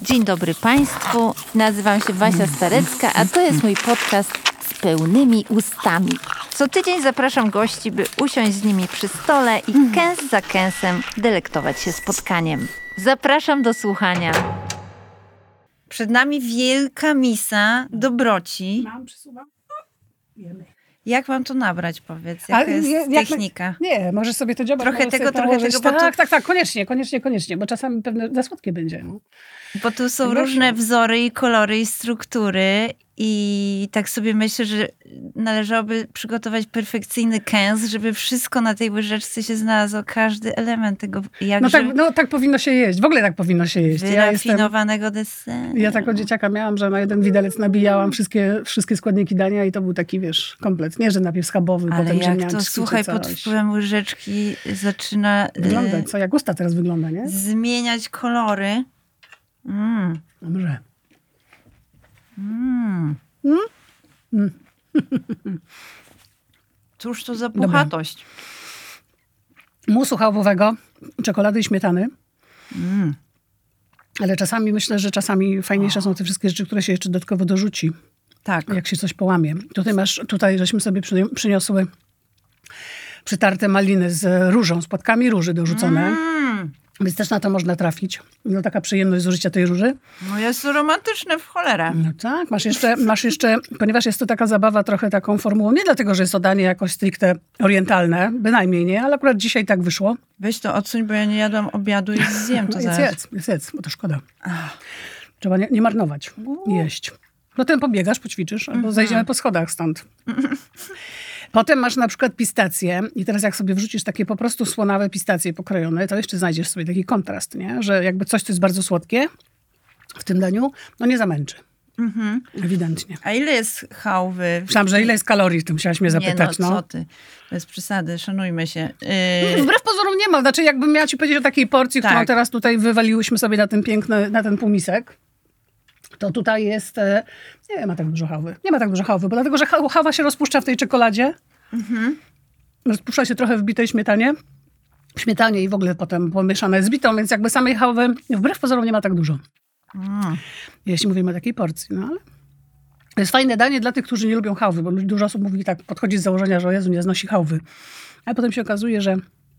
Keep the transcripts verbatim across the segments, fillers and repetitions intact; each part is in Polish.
Dzień dobry Państwu, nazywam się Basia Starecka, a to jest mój podcast z pełnymi ustami. Co tydzień zapraszam gości, by usiąść z nimi przy stole i kęs za kęsem delektować się spotkaniem. Zapraszam do słuchania. Przed nami wielka misa dobroci. Mam, przesuwam. Jemy. Jak mam to nabrać, powiedz? Jaka jest jak, technika? Nie, możesz sobie to dziobać. Trochę tego, trochę położyć. tego, bo Tak, to... tak, tak, koniecznie, koniecznie, koniecznie, bo czasami pewne za słodkie będzie. No. Bo tu są Właśnie. różne wzory i kolory i struktury i tak sobie myślę, że należałoby przygotować perfekcyjny kęs, żeby wszystko na tej łyżeczce się znalazło, każdy element tego jakże No, tak, no tak powinno się jeść, w ogóle tak powinno się jeść. Ja, jestem, wyrafinowanego deseru. ja tak od dzieciaka miałam, że na jeden widelec nabijałam wszystkie, wszystkie składniki dania i to był taki, wiesz, komplet. Nie, że najpierw schabowy, Ale potem jak ziemniaczki to, słuchaj, czy pod coś. wpływem łyżeczki zaczyna Wygląda, y, co jak usta teraz wygląda, nie? zmieniać kolory. Mm. Dobrze. Mm. Mm? Mm. Cóż to za puchatość. Musu chałwowego, czekolady i śmietany. Mm. Ale czasami myślę, że czasami fajniejsze są te wszystkie rzeczy, które się jeszcze dodatkowo dorzuci, Tak. jak się coś połamie. Tutaj masz, tutaj żeśmy sobie przyni- przyniosły przytarte maliny z różą, z płatkami róży dorzucone. Mm. Więc też na to można trafić. No taka przyjemność z użycia tej róży. No jest to romantyczne w cholerę. No tak, masz jeszcze, masz jeszcze, ponieważ jest to taka zabawa trochę taką formułą, nie dlatego, że jest to danie jakoś stricte orientalne, bynajmniej nie, ale akurat dzisiaj tak wyszło. Weź to odsuń, bo ja nie jadłam obiadu i zjem to No jedz, zaraz. jedz, jedz, jedz, bo to szkoda. Trzeba nie, nie marnować, jeść. Potem pobiegasz, poćwiczysz, albo zejdziemy po schodach stąd. Potem masz na przykład pistacje i teraz jak sobie wrzucisz takie po prostu słonawe pistacje pokrojone, to jeszcze znajdziesz sobie taki kontrast, nie? Że jakby coś, co jest bardzo słodkie w tym daniu, no nie zamęczy. Mhm. Ewidentnie. A ile jest chałwy? Myślałam, że ile jest kalorii, ty musiałaś mnie zapytać. Nie no, no. co ty. Bez przesady, szanujmy się. No, Yy, wbrew pozorom nie ma. Znaczy jakbym miała ci powiedzieć o takiej porcji, Tak. którą teraz tutaj wywaliłyśmy sobie na ten piękny, na ten półmisek, to tutaj jest, e, nie ma tak dużo chałwy. Nie ma tak dużo chałwy, bo dlatego, że cha- chałwa się rozpuszcza w tej czekoladzie. mhm. Rozpuszcza się trochę w bitej śmietanie. W śmietanie i w ogóle potem pomieszane z bitą, więc jakby samej chałwy wbrew pozorom nie ma tak dużo. Mm. Jeśli mówimy o takiej porcji, no ale... To jest fajne danie dla tych, którzy nie lubią chałwy, bo dużo osób mówi tak, podchodzi z założenia, że o Jezu, nie znosi chałwy. Ale potem się okazuje, że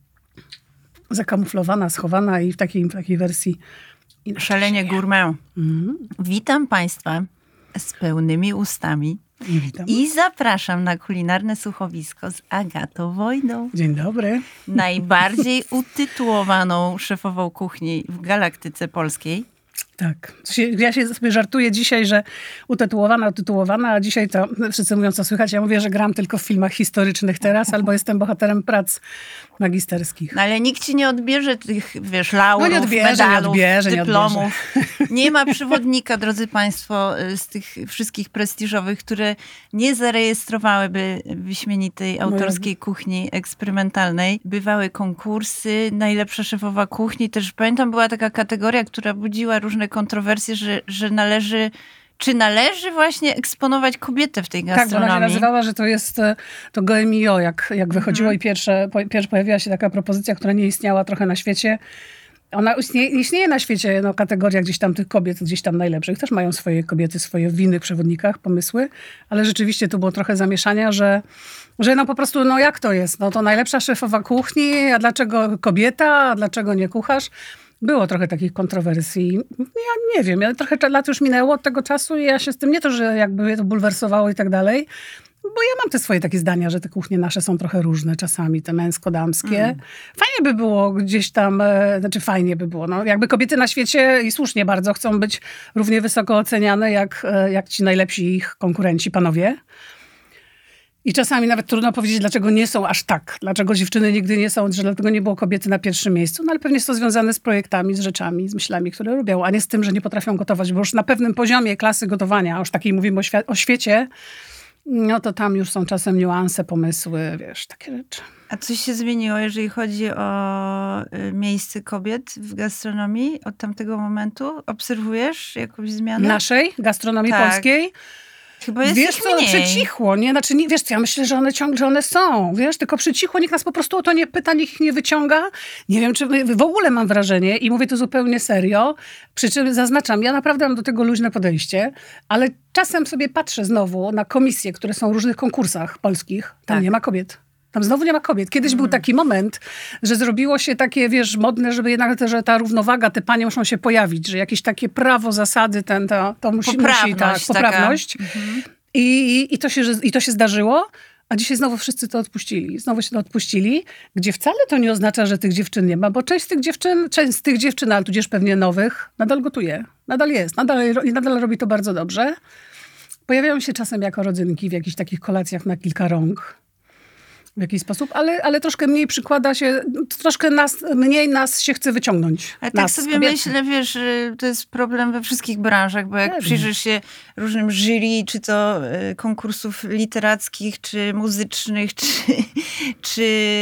zakamuflowana, schowana i w takiej, w takiej wersji inaczej Szalenie się je. gourmet. Mhm. Witam Państwa z pełnymi ustami I witam. i zapraszam na kulinarne słuchowisko z Agatą Wojną. Dzień dobry. Najbardziej utytułowaną szefową kuchni w galaktyce polskiej. Tak. Się- Ja się sobie żartuję dzisiaj, że utytułowana, utytułowana, a dzisiaj to wszyscy mówią, co słychać. Ja mówię, że gram tylko w filmach historycznych teraz, albo jestem bohaterem prac magisterskich. No ale nikt ci nie odbierze tych, wiesz, laurów, No nie odbierze, nie medalów, odbierze, nie dyplomów. Nie ma przewodnika, drodzy Państwo, z tych wszystkich prestiżowych, które nie zarejestrowałyby wyśmienitej autorskiej kuchni eksperymentalnej. Bywały konkursy, najlepsza szefowa kuchni. Też pamiętam, była taka kategoria, która budziła różne kontrowersje, że, że należy... Czy należy właśnie eksponować kobietę w tej Tak, bo gastronomii? ona się nazywała, że to jest e, to G M I O, jak, jak wychodziło i pierwsze, po, pierwsze pojawiła się taka propozycja, która nie istniała trochę na świecie. Ona istnieje, istnieje na świecie, no, kategoria gdzieś tam tych kobiet, gdzieś tam najlepszych. Też mają swoje kobiety, swoje w innych przewodnikach, pomysły, ale rzeczywiście tu było trochę zamieszania, że, że no po prostu, no jak to jest? No to najlepsza szefowa kuchni, a dlaczego kobieta, a dlaczego nie kucharz? Było trochę takich kontrowersji. Ja nie wiem, ja trochę lat już minęło od tego czasu i ja się z tym nie to, że jakby mnie to bulwersowało i tak dalej, bo ja mam te swoje takie zdania, że te kuchnie nasze są trochę różne czasami, te męsko-damskie. Mm. Fajnie by było gdzieś tam, e, znaczy fajnie by było, no jakby kobiety na świecie i słusznie bardzo chcą być równie wysoko oceniane jak, e, jak ci najlepsi ich konkurenci, panowie. I czasami nawet trudno powiedzieć, dlaczego nie są aż tak. Dlaczego dziewczyny nigdy nie są, że dlatego nie było kobiety na pierwszym miejscu. No ale pewnie jest to związane z projektami, z rzeczami, z myślami, które lubią, a nie z tym, że nie potrafią gotować. Bo już na pewnym poziomie klasy gotowania, a już takiej mówimy o, świ- o świecie, no to tam już są czasem niuanse, pomysły, wiesz, takie rzeczy. A coś się zmieniło, jeżeli chodzi o y, miejsce kobiet w gastronomii od tamtego momentu? Obserwujesz jakąś zmianę? Naszej gastronomii Tak. polskiej? Chyba jest wiesz ich co, mniej. przycichło, nie? Znaczy, nie, wiesz co, ja myślę, że one ciągle że one są, wiesz, tylko przycichło, nikt nas po prostu o to nie pyta, nikt ich nie wyciąga. Nie wiem, czy w ogóle mam wrażenie i mówię to zupełnie serio, przy czym zaznaczam, ja naprawdę mam do tego luźne podejście, ale czasem sobie patrzę znowu na komisje, które są w różnych konkursach polskich, tam Tak. nie ma kobiet. Tam znowu nie ma kobiet. Kiedyś mm. był taki moment, że zrobiło się takie, wiesz, modne, żeby jednak te, że ta równowaga, te panie muszą się pojawić, że jakieś takie prawo, zasady, ten, to, to musi, musi tak, poprawność. Mhm. I, i, to się, I to się zdarzyło, a dzisiaj znowu wszyscy to odpuścili. Znowu się to odpuścili, gdzie wcale to nie oznacza, że tych dziewczyn nie ma, bo część z tych dziewczyn, część z tych dziewczyn, ale tudzież pewnie nowych, nadal gotuje. Nadal jest. Nadal, I nadal robi to bardzo dobrze. Pojawiają się czasem jako rodzynki w jakichś takich kolacjach na kilka rąk. W jakiś sposób, ale, ale troszkę mniej przykłada się, troszkę nas, mniej nas się chce wyciągnąć. Ale nas, tak sobie kobiety. myślę, wiesz, że to jest problem we wszystkich branżach, bo jak Pewnie. przyjrzysz się różnym jury, czy to konkursów literackich, czy muzycznych, czy, czy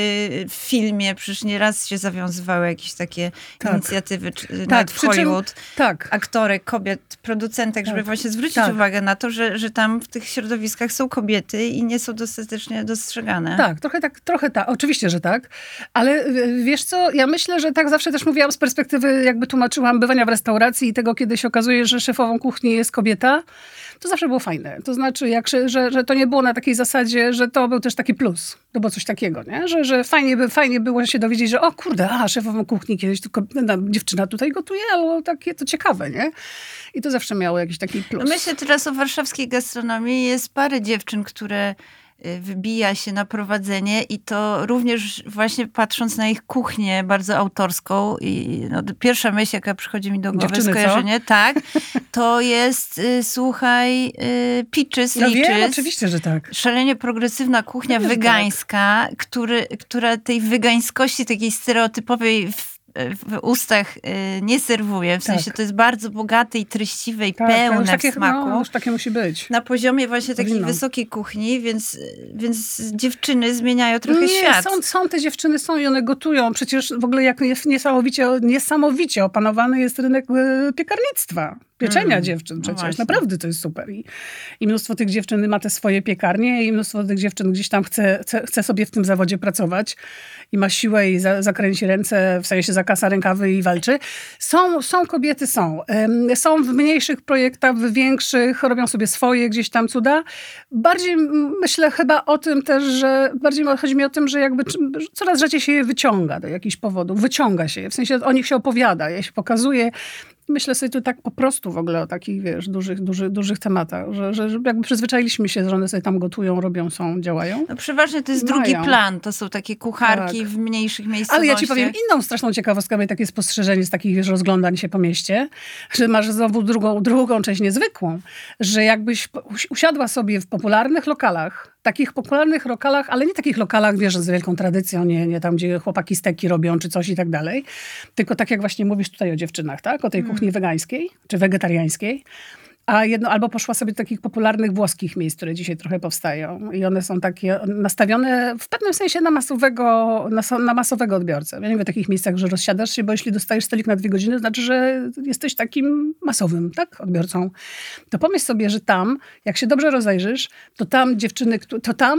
w filmie, przecież nieraz się zawiązywały jakieś takie tak. inicjatywy, czy tak, nawet w Hollywood, czym, tak. aktorek, kobiet, producentek, żeby tak. właśnie zwrócić tak. uwagę na to, że, że tam w tych środowiskach są kobiety i nie są dostatecznie dostrzegane. Tak. Trochę tak, trochę tak, oczywiście, że tak, ale wiesz co, ja myślę, że tak zawsze też mówiłam z perspektywy, jakby tłumaczyłam bywania w restauracji i tego, kiedy się okazuje, że szefową kuchni jest kobieta, to zawsze było fajne. To znaczy, jak, że, że to nie było na takiej zasadzie, że to był też taki plus, to było coś takiego, nie? Że, że fajnie, by, fajnie było się dowiedzieć, że o kurde, a szefową kuchni kiedyś tylko no, dziewczyna tutaj gotuje, albo takie to ciekawe, nie? I to zawsze miało jakiś taki plus. No myślę teraz o warszawskiej gastronomii. Jest parę dziewczyn, które wybija się na prowadzenie i to również właśnie patrząc na ich kuchnię bardzo autorską i no, pierwsza myśl, jaka przychodzi mi do głowy, dziewczyny, skojarzenie, co? tak, to jest, y, słuchaj, y, Peaches, no Leaches. Wiem, oczywiście, że tak. Szalenie progresywna kuchnia no wegańska, tak. który, która tej wegańskości takiej stereotypowej w w ustach y, nie serwuje. W sensie tak. to jest bardzo bogate i treściwe i tak, pełne takie, w smaku. No, już takie musi być. Na poziomie właśnie takiej Powinno. wysokiej kuchni, więc, więc dziewczyny zmieniają trochę nie, świat. Są, są te dziewczyny, są i one gotują. Przecież w ogóle jak jest niesamowicie, niesamowicie opanowany jest rynek piekarnictwa. Pieczenia mm, dziewczyn przecież. No naprawdę to jest super. I, I mnóstwo tych dziewczyn ma te swoje piekarnie i mnóstwo tych dziewczyn gdzieś tam chce, chce, chce sobie w tym zawodzie pracować i ma siłę i za, zakręci ręce, w sensie zakasa rękawy i walczy. Są, są kobiety, są. Um, są w mniejszych projektach, w większych, robią sobie swoje gdzieś tam cuda. Bardziej myślę chyba o tym też, że bardziej chodzi mi o tym, że jakby coraz rzadziej się je wyciąga do jakichś powodów. Wyciąga się je. W sensie o nich się opowiada, je się pokazuje. Myślę sobie tu tak po prostu w ogóle o takich, wiesz, dużych, dużych, dużych tematach, że, że jakby przyzwyczailiśmy się, że one sobie tam gotują, robią, są, działają. No przeważnie to jest Mają. drugi plan. To są takie kucharki tak. w mniejszych miejscowościach. Ale ja ci powiem inną straszną ciekawostkę, miałem takie spostrzeżenie z takich, wiesz, rozglądań się po mieście, że masz znowu drugą, drugą część niezwykłą, że jakbyś usiadła sobie w popularnych lokalach, takich popularnych lokalach, ale nie takich lokalach, wiesz, z wielką tradycją, nie, nie tam, gdzie chłopaki steki robią, czy coś i tak dalej, tylko tak jak właśnie mówisz tutaj o dziewczynach, tak? O tej kuchni hmm. wegańskiej, czy wegetariańskiej. A jedno, albo poszła sobie do takich popularnych włoskich miejsc, które dzisiaj trochę powstają. I one są takie nastawione w pewnym sensie na masowego, na, na masowego odbiorcę. Ja nie mówię o takich miejscach, że rozsiadasz się, bo jeśli dostajesz stolik na dwie godziny, to znaczy, że jesteś takim masowym, tak, odbiorcą. To pomyśl sobie, że tam, jak się dobrze rozejrzysz, to tam dziewczyny, to tam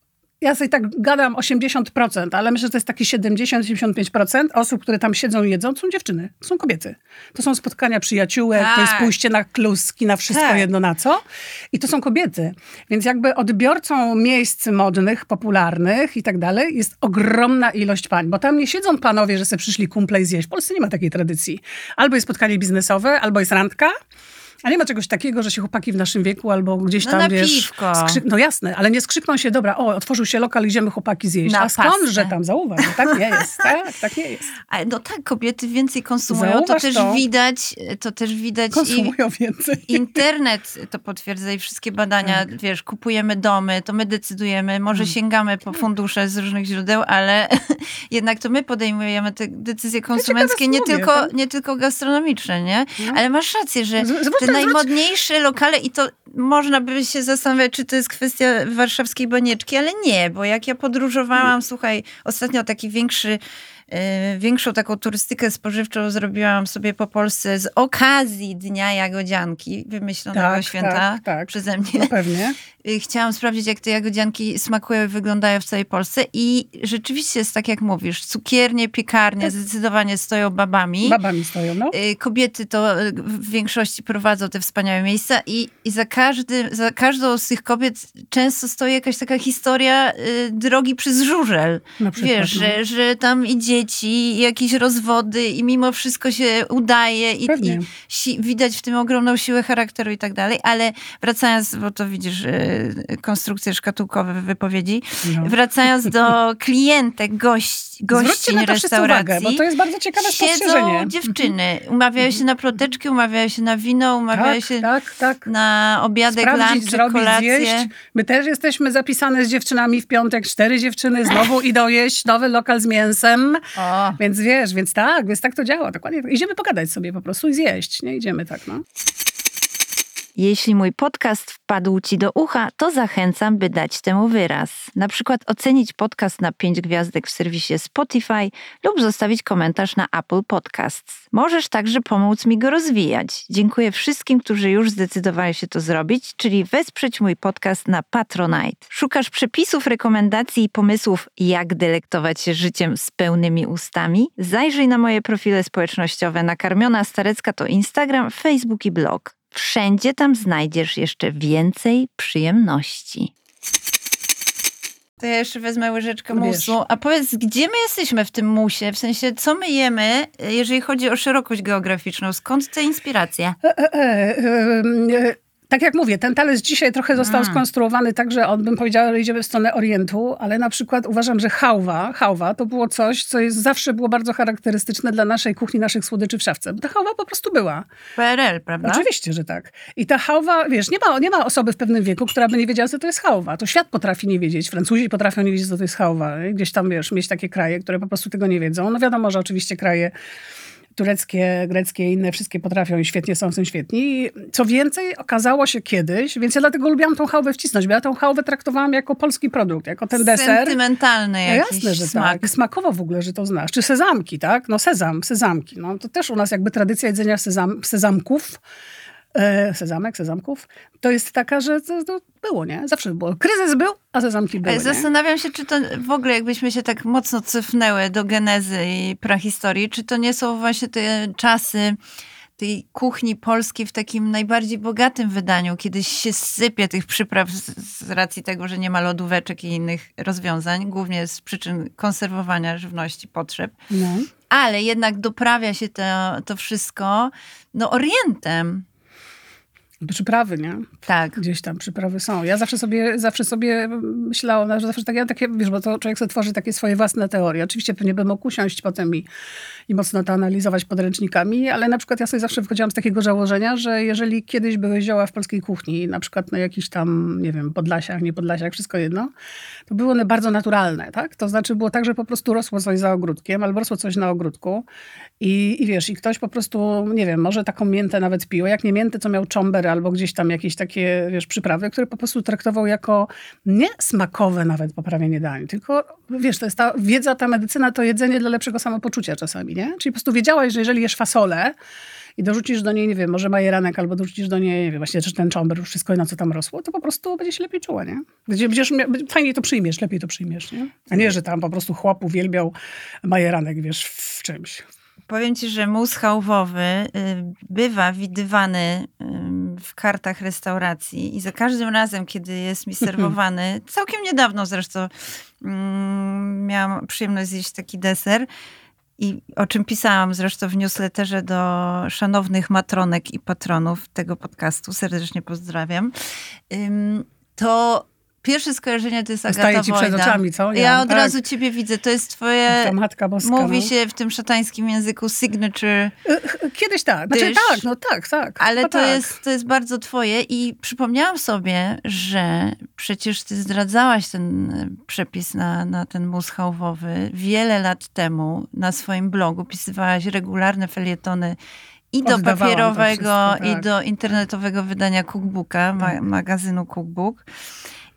ja sobie tak gadam osiemdziesiąt procent, ale myślę, że to jest taki siedemdziesiąt do osiemdziesięciu pięciu procent osób, które tam siedzą i jedzą, to są dziewczyny, to są kobiety. To są spotkania przyjaciółek, tak. to jest pójście na kluski, na wszystko tak. jedno na co. I to są kobiety. Więc jakby odbiorcą miejsc modnych, popularnych i tak dalej jest ogromna ilość pań, bo tam nie siedzą panowie, że sobie przyszli kumple i zjeść. W Polsce nie ma takiej tradycji. Albo jest spotkanie biznesowe, albo jest randka, a nie ma czegoś takiego, że się chłopaki w naszym wieku albo gdzieś no tam, na wiesz... Piwko. Skrzy- no jasne, ale nie skrzykną się, dobra, o, otworzył się lokal, idziemy chłopaki zjeść. Na A skąd, pastę. że tam, zauważ, no, tak nie jest, tak, tak nie jest. Ale no tak, kobiety więcej konsumują, Zauważ to też to. widać, to też widać Konsumują i więcej. internet to potwierdza i wszystkie badania, tak. wiesz, kupujemy domy, to my decydujemy, może hmm. sięgamy po fundusze z różnych źródeł, ale jednak to my podejmujemy te decyzje konsumenckie, ja nie, mówię, tylko, tak? nie tylko gastronomiczne, nie? No. Ale masz rację, że Zwróć, te najmodniejsze lokale i to można by się zastanawiać, czy to jest kwestia warszawskiej banieczki, ale nie, bo jak ja podróżowałam, hmm. słuchaj, ostatnio taki większy Większą taką turystykę spożywczą zrobiłam sobie po Polsce z okazji Dnia Jagodzianki, wymyślonego tak, święta tak, tak. przeze mnie. No pewnie. Chciałam sprawdzić, jak te jagodzianki smakują i wyglądają w całej Polsce i rzeczywiście jest tak, jak mówisz, cukiernie, piekarnie tak. zdecydowanie stoją babami. Babami stoją, no. Kobiety to w większości prowadzą te wspaniałe miejsca i, i za, każdy, za każdą z tych kobiet często stoi jakaś taka historia y, drogi przez żużel. Na przykład, Wiesz, no. że, że tam i dzieci, i jakieś rozwody i mimo wszystko się udaje i, i si, widać w tym ogromną siłę charakteru i tak dalej, ale wracając, bo to widzisz y, konstrukcje szkatułkowe w wypowiedzi, no. wracając do klientek, gości, gościń na to restauracji, uwagę, bo to jest bardzo ciekawe spostrzeżenie. Siedzą dziewczyny, umawiają się na ploteczki, umawiają się na wino, umawiają tak, się tak, tak. na obiadek, Sprawdzić, lunch, zrobić, kolację. zjeść. My też jesteśmy zapisane z dziewczynami w piątek. Cztery dziewczyny znowu idą jeść nowy lokal z mięsem. O. Więc wiesz, więc tak, więc tak to działa. Dokładnie. Idziemy pogadać sobie po prostu i zjeść. Nie idziemy tak, no. Jeśli mój podcast wpadł ci do ucha, to zachęcam, by dać temu wyraz. Na przykład ocenić podcast na pięć gwiazdek w serwisie Spotify lub zostawić komentarz na Apple Podcasts. Możesz także pomóc mi go rozwijać. Dziękuję wszystkim, którzy już zdecydowali się to zrobić, czyli wesprzeć mój podcast na Patronite. Szukasz przepisów, rekomendacji i pomysłów, jak delektować się życiem z pełnymi ustami? Zajrzyj na moje profile społecznościowe. Nakarmiona Starecka to Instagram, Facebook i blog. Wszędzie tam znajdziesz jeszcze więcej przyjemności. To ja jeszcze wezmę łyżeczkę musu. A powiedz, gdzie my jesteśmy w tym musie? W sensie, co my jemy, jeżeli chodzi o szerokość geograficzną? Skąd te inspiracje? E, e, e, e, Tak jak mówię, ten talerz dzisiaj trochę został mm. skonstruowany tak, że on, bym powiedziała, że idziemy w stronę Orientu, ale na przykład uważam, że chałwa, chałwa to było coś, co jest, zawsze było bardzo charakterystyczne dla naszej kuchni, naszych słodyczy w szafce. Bo ta chałwa po prostu była. P R L, prawda? Oczywiście, że tak. I ta chałwa, wiesz, nie ma, nie ma osoby w pewnym wieku, która by nie wiedziała, co to jest chałwa. To świat potrafi nie wiedzieć. Francuzi potrafią nie wiedzieć, co to jest chałwa. Gdzieś tam, wiesz, mieć takie kraje, które po prostu tego nie wiedzą. No wiadomo, że oczywiście kraje tureckie, greckie i inne wszystkie potrafią i świetnie są w tym świetni. Co więcej, okazało się kiedyś, więc ja dlatego lubiłam tą chałwę wcisnąć, bo ja tą chałwę traktowałam jako polski produkt, jako ten deser. Sentymentalny jakiś no jasne, że smak. Tak. Smakowo w ogóle, że to znasz. Czy sezamki, tak? No sezam, sezamki. No, to też u nas jakby tradycja jedzenia sezam, sezamków. E, sezamek, sezamków, to jest taka, że to, to było, nie? Zawsze było. Kryzys był, a sezamki były, Zastanawiam nie? się, czy to w ogóle jakbyśmy się tak mocno cofnęły do genezy i prahistorii, czy to nie są właśnie te czasy tej kuchni polskiej w takim najbardziej bogatym wydaniu, kiedy się sypie tych przypraw z, z racji tego, że nie ma lodóweczek i innych rozwiązań, głównie z przyczyn konserwowania żywności, potrzeb. No. Ale jednak doprawia się to, to wszystko no orientem. Przyprawy, nie? Tak. Gdzieś tam przyprawy są. Ja zawsze sobie, zawsze sobie myślałam, że zawsze takie, takie, wiesz, bo to człowiek sobie tworzy takie swoje własne teorie. Oczywiście pewnie bym mógł usiąść potem i, i mocno to analizować podręcznikami, ale na przykład ja sobie zawsze wychodziłam z takiego założenia, że jeżeli kiedyś były zioła w polskiej kuchni, na przykład na jakichś tam, nie wiem, Podlasiach, nie Podlasiach, wszystko jedno, to były one bardzo naturalne, tak? To znaczy było tak, że po prostu rosło coś za ogródkiem, albo rosło coś na ogródku i, i wiesz, i ktoś po prostu, nie wiem, może taką miętę nawet pił, jak nie miętę, co miał czomber albo gdzieś tam jakieś takie, wiesz, przyprawy, które po prostu traktował jako nie smakowe nawet poprawienie dań, tylko, wiesz, to jest ta wiedza, ta medycyna, to jedzenie dla lepszego samopoczucia czasami, nie? Czyli po prostu wiedziałaś, że jeżeli jesz fasolę i dorzucisz do niej, nie wiem, może majeranek, albo dorzucisz do niej, nie wiem, właśnie czy ten czomber, wszystko na co tam rosło, to po prostu będzie się lepiej czuła, nie? Będziesz, fajniej to przyjmiesz, lepiej to przyjmiesz, nie? A nie, że tam po prostu chłop uwielbiał majeranek, wiesz, w czymś. Powiem ci, że mus chałwowy bywa widywany w kartach restauracji i za każdym razem, kiedy jest mi serwowany, całkiem niedawno zresztą miałam przyjemność zjeść taki deser, i o czym pisałam zresztą w newsletterze do szanownych matronek i patronów tego podcastu, serdecznie pozdrawiam, to pierwsze skojarzenie to jest Agata Staje ci Wojda. przed oczami, co? Ja, ja od tak. razu ciebie widzę. To jest twoje... Ta Matka Boska, mówi no. się w tym szatańskim języku signature. Kiedyś tak. Znaczy dysz, tak, no tak, tak. Ale no to, tak. Jest, to jest bardzo twoje i przypomniałam sobie, że przecież ty zdradzałaś ten przepis na, na ten mus chałwowy wiele lat temu na swoim blogu. Pisywałaś regularne felietony i do Oddawałam papierowego, wszystko, tak. i do internetowego wydania cookbooka, ma, magazynu Cookbook.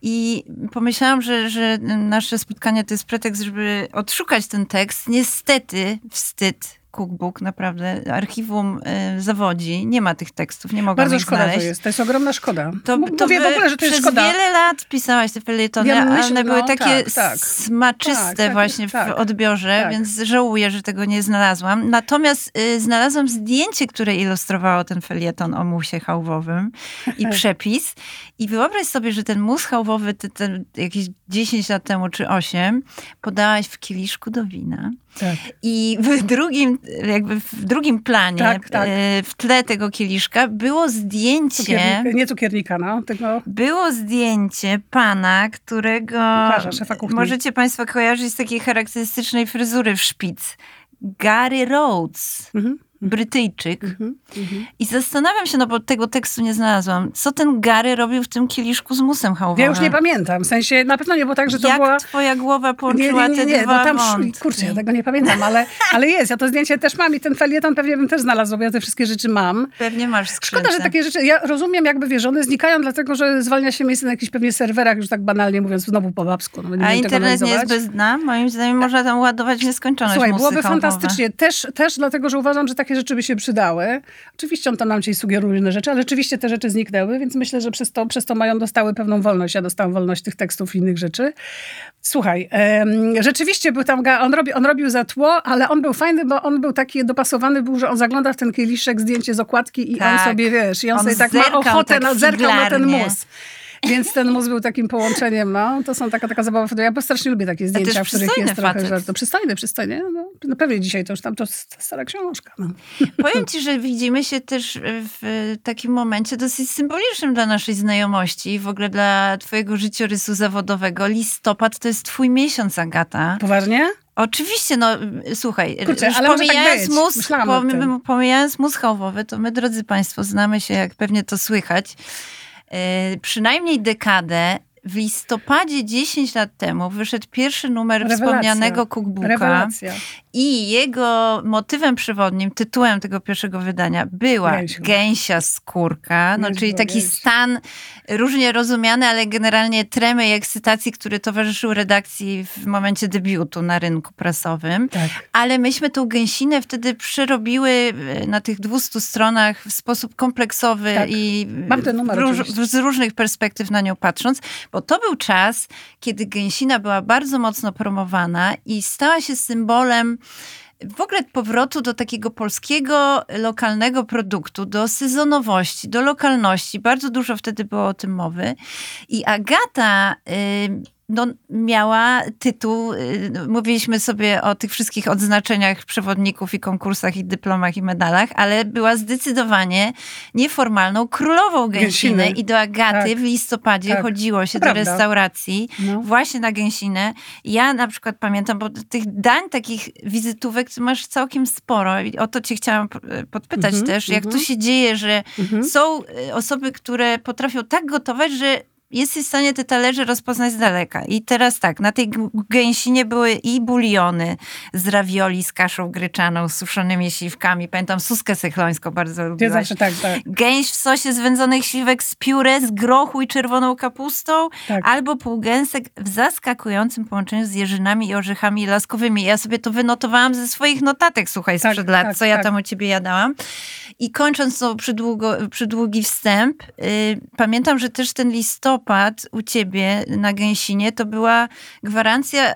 I pomyślałam, że, że nasze spotkanie to jest pretekst, żeby odszukać ten tekst. Niestety, wstyd. Cookbook, naprawdę, archiwum y, zawodzi. Nie ma tych tekstów, nie mogłam Bardzo ich szkoda znaleźć. to jest, to jest ogromna szkoda. To, M- to Mówię w ogóle, że to jest przez szkoda. wiele lat pisałaś te felietony, Ja ale myślę, one były no, takie tak, tak. smaczyste Tak, tak, właśnie tak, w odbiorze, tak. więc żałuję, że tego nie znalazłam. Natomiast y, znalazłam zdjęcie, które ilustrowało ten felieton o musie chałwowym i przepis. I wyobraź sobie, że ten mus chałwowy, ty, ten, jakieś dziesięć lat temu czy osiem, podałaś w kieliszku do wina. Tak. I w drugim, jakby w drugim planie, Tak, tak. e, w tle tego kieliszka było zdjęcie, Cukiernika, nie cukiernika, no, tylko było zdjęcie pana, którego Kucharza, szefa kuchni. możecie państwo kojarzyć z takiej charakterystycznej fryzury w szpic. Gary Rhodes. Mhm. Brytyjczyk. Mhm, mhm. I zastanawiam się, no bo tego tekstu nie znalazłam, co ten Gary robił w tym kieliszku z musem chałwowym. Ja już nie pamiętam, w sensie na pewno nie było tak, że to Jak była... twoja głowa Nie, połączyła nie, nie, nie, te bo dwa tam, wątki? kurczę, ja tego nie pamiętam, ale, ale jest, ja to zdjęcie też mam i ten felieton pewnie bym też znalazła, bo ja te wszystkie rzeczy mam. Pewnie masz w skrzynce. Szkoda, że takie rzeczy, ja rozumiem jakby wiesz, one znikają dlatego, że zwalnia się miejsce na jakichś pewnie serwerach, już tak banalnie mówiąc, znowu po babsku. No, nie A wiem tego internet nie jest analizować. bez dna? Moim zdaniem można tam ładować w nieskończoność Słuchaj, musy byłoby chałwowe. fantastycznie. Też, też dlatego, że uważam, że takie rzeczy by się przydały. Oczywiście on tam nam dzisiaj sugeruje różne rzeczy, ale rzeczywiście te rzeczy zniknęły, więc myślę, że przez to, przez to mają dostały pewną wolność. Ja dostałam wolność tych tekstów i innych rzeczy. Słuchaj, em, rzeczywiście był tam, ga- on, robi, on robił za tło, ale on był fajny, bo on był taki dopasowany, był, że on zagląda w ten kieliszek, zdjęcie z okładki i Tak. on sobie, wiesz, i on, On sobie tak ma zerkał ochotę, tak na, zerkał na ten figlarnie. mus. Więc ten mus był takim połączeniem, no. To są taka, taka zabawa. Ja strasznie lubię takie zdjęcia, też w których przystojny jest trochę facet. żartu. Przystojny, przystojny. No, no pewnie dzisiaj to już tam to jest stara książka. No. Powiem ci, że widzimy się też w takim momencie dosyć symbolicznym dla naszej znajomości i w ogóle dla twojego życiorysu zawodowego. Listopad to jest twój miesiąc, Agata. Poważnie? Oczywiście, no słuchaj, Kurczę, już ale może tak pomijając, być. mus, Myślałam o tym. pom- pomijając mus chałwowy, to my, drodzy państwo, znamy się, jak pewnie to słychać, yy, przynajmniej dekadę. W listopadzie dziesięć lat temu wyszedł pierwszy numer Rewelacja. wspomnianego cookbooka. Rewelacja. I jego motywem przewodnim, tytułem tego pierwszego wydania była Gęś chyba. gęsia skórka, no, Gęś czyli była, taki gęś. stan różnie rozumiany, ale generalnie tremy i ekscytacji, który towarzyszył redakcji w momencie debiutu na rynku prasowym. Tak. Ale myśmy tą gęsinę wtedy przerobiły na tych dwustu stronach w sposób kompleksowy Tak. i Mam ten numer w róż, oczywiście. z różnych perspektyw na nią patrząc, bo to był czas, kiedy gęsina była bardzo mocno promowana i stała się symbolem w ogóle powrotu do takiego polskiego, lokalnego produktu, do sezonowości, do lokalności. Bardzo dużo wtedy było o tym mowy. I Agata y, no, miała tytuł, y, mówiliśmy sobie o tych wszystkich odznaczeniach przewodników i konkursach i dyplomach i medalach, ale była zdecydowanie nieformalną królową gęsiny. Gęsiny. I do Agaty Tak. w listopadzie Tak. chodziło się To do prawda. restauracji No. właśnie na gęsinę. Ja na przykład pamiętam, bo tych dań, takich wizytówek ty masz całkiem sporo i o to cię chciałam p- podpytać Mhm, też, jak mhm. to się dzieje, że Mhm. są y, osoby, które potrafią tak gotować, że jesteś w stanie te talerze rozpoznać z daleka. I teraz tak, na tej g- gęsinie były i buliony z ravioli, z kaszą gryczaną, z suszonymi śliwkami. Pamiętam suskę sychlońską bardzo Ja lubiłaś. zawsze tak, tak. Gęś w sosie z wędzonych śliwek z pióre, z grochu i czerwoną kapustą, Tak. albo półgęsek w zaskakującym połączeniu z jeżynami i orzechami laskowymi. Ja sobie to wynotowałam ze swoich notatek, słuchaj, Tak, sprzed lat, tak, co ja tak. tam u ciebie jadałam. I kończąc to przydługo, przydługi wstęp, yy, pamiętam, że też ten listopad u ciebie na gęsinie to była gwarancja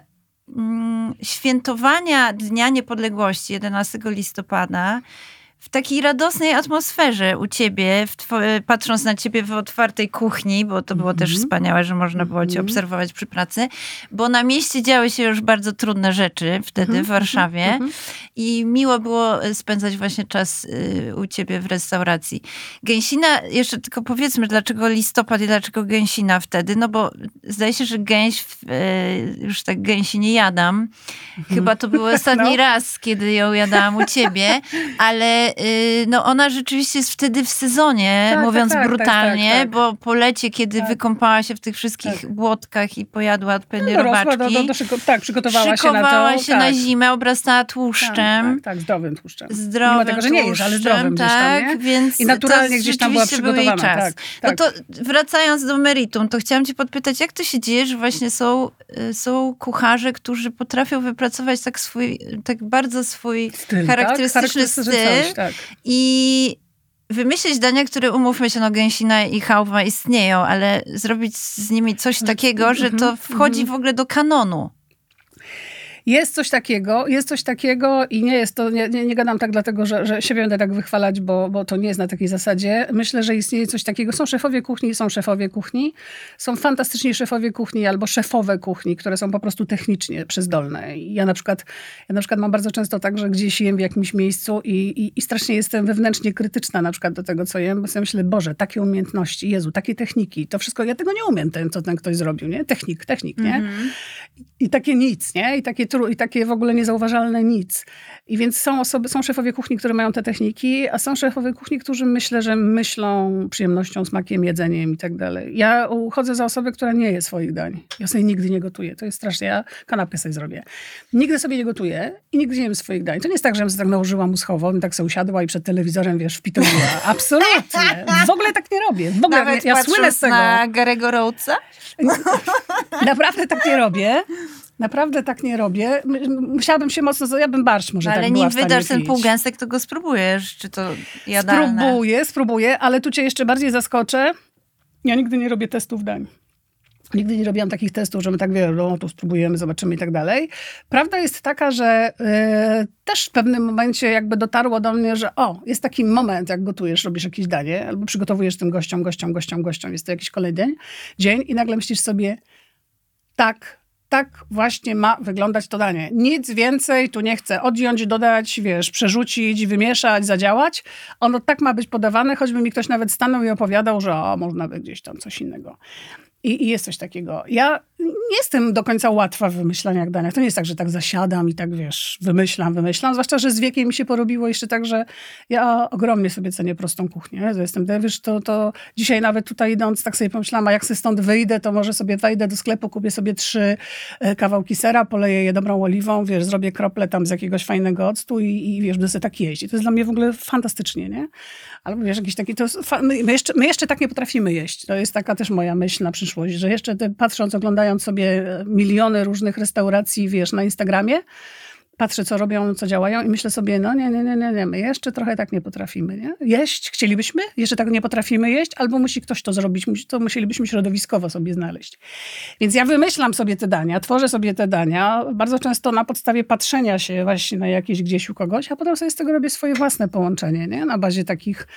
mm, świętowania Dnia Niepodległości jedenastego listopada w takiej radosnej atmosferze u ciebie, w two- patrząc na ciebie w otwartej kuchni, bo to było też wspaniałe, że można było cię obserwować przy pracy, bo na mieście działy się już bardzo trudne rzeczy wtedy w Warszawie i miło było spędzać właśnie czas y, u ciebie w restauracji. Gęsina, jeszcze tylko powiedzmy, dlaczego listopad i dlaczego gęsina wtedy, no bo zdaje się, że gęś, y, już tak gęsi nie jadam. Chyba to był ostatni No. raz, kiedy ją jadałam u ciebie, ale ale y, no ona rzeczywiście jest wtedy w sezonie, Tak, mówiąc tak, tak, brutalnie, tak, tak, tak. bo po lecie, kiedy Tak. wykąpała się w tych wszystkich Tak. błotkach i pojadła odpowiednie No, dorosła robaczki, do, do, do szyko- tak, przygotowała szykowała się na to. się tak. na zimę, obrastała tłuszczem. Tak, tak, tak, zdrowym tłuszczem. Zdrowym Mimo tego, że nie jest, ale zdrowym gdzieś tam, tak, nie? Więc I naturalnie to gdzieś tam była rzeczywiście był jej przygotowana. czas. Tak, No tak. to wracając do meritum, to chciałam cię podpytać, jak to się dzieje, że właśnie są, y, są kucharze, którzy potrafią wypracować tak swój, tak bardzo swój Styl, charakterystyczny tak? Charakterystyczny styl coś, tak. i wymyślić dania, które, umówmy się, no gęsina i chałwa istnieją, ale zrobić z nimi coś takiego, że to wchodzi w ogóle do kanonu. Jest coś takiego, jest coś takiego i nie jest to, nie, nie, nie gadam tak dlatego, że, że się będę tak wychwalać, bo, bo to nie jest na takiej zasadzie. Myślę, że istnieje coś takiego. Są szefowie kuchni, są szefowie kuchni. Są fantastyczni szefowie kuchni albo szefowe kuchni, które są po prostu technicznie przyzdolne. I ja na przykład, ja na przykład mam bardzo często tak, że gdzieś jem w jakimś miejscu i, i, i strasznie jestem wewnętrznie krytyczna na przykład do tego, co jem, bo sobie myślę, Boże, takie umiejętności, Jezu, takie techniki, to wszystko, ja tego nie umiem, ten, co ten ktoś zrobił, nie? Technik, technik, nie? Mm-hmm. I takie nic, nie? I takie, tru, I takie w ogóle niezauważalne nic. I więc są osoby, są szefowie kuchni, które mają te techniki, a są szefowie kuchni, którzy myślę, że myślą przyjemnością, smakiem, jedzeniem i tak dalej. Ja uchodzę za osobę, która nie je swoich dań. Ja sobie nigdy nie gotuję. To jest strasznie. Ja kanapkę sobie zrobię. Nigdy sobie nie gotuję i nigdy nie jem swoich dań. To nie jest tak, że ja sobie tak nałożyła muschową i tak sobie usiadła i przed telewizorem, wiesz, wpitowiła. Absolutnie. W ogóle tak nie robię. W ogóle Nawet ja, ja słynę z tego. na Garego Rhodesa? Naprawdę tak nie robię. Naprawdę tak nie robię. Musiałabym się mocno... Ja bym barszcz może ale tak była nim w stanie wydasz ten pić. półgęstek, to go spróbujesz. Czy to jadalne? Spróbuję, spróbuję, ale tu cię jeszcze bardziej zaskoczę. Ja nigdy nie robię testów dań. Nigdy nie robiłam takich testów, że my tak wiemy, no tu spróbujemy, zobaczymy i tak dalej. Prawda jest taka, że yy, też w pewnym momencie jakby dotarło do mnie, że o, jest taki moment, jak gotujesz, robisz jakieś danie, albo przygotowujesz tym gościom, gościom, gościom, gościom, jest to jakiś kolejny dzień, dzień i nagle myślisz sobie, tak, tak właśnie ma wyglądać to danie. Nic więcej tu nie chcę odjąć, dodać, wiesz, przerzucić, wymieszać, zadziałać. Ono tak ma być podawane, choćby mi ktoś nawet stanął i opowiadał, że o, można by gdzieś tam coś innego. I, I jest coś takiego. Ja nie jestem do końca łatwa w wymyślaniach daniach. To nie jest tak, że tak zasiadam i tak, wiesz, wymyślam, wymyślam. Zwłaszcza, że z wiekiem mi się porobiło jeszcze tak, że ja ogromnie sobie cenię prostą kuchnię. To jestem, wiesz, to, to dzisiaj nawet tutaj idąc, tak sobie pomyślałam, a jak sobie stąd wyjdę, to może sobie wejdę do sklepu, kupię sobie trzy kawałki sera, poleję je dobrą oliwą, wiesz, zrobię krople tam z jakiegoś fajnego octu i, i wiesz, będę sobie tak jeść. I to jest dla mnie w ogóle fantastycznie, nie? Albo wiesz, jakiś taki, to jest, my, my, jeszcze, my jeszcze tak nie potrafimy jeść. To jest taka też moja myśl na przyszłość, że jeszcze te, patrząc, oglądając sobie miliony różnych restauracji, wiesz, na Instagramie, patrzę, co robią, co działają i myślę sobie, no nie, nie, nie, nie, nie, my jeszcze trochę tak nie potrafimy, nie? Jeść chcielibyśmy, jeszcze tak nie potrafimy jeść, albo musi ktoś to zrobić, to musielibyśmy środowiskowo sobie znaleźć. Więc ja wymyślam sobie te dania, tworzę sobie te dania, bardzo często na podstawie patrzenia się właśnie na jakieś gdzieś u kogoś, a potem sobie z tego robię swoje własne połączenie, nie? Na bazie takich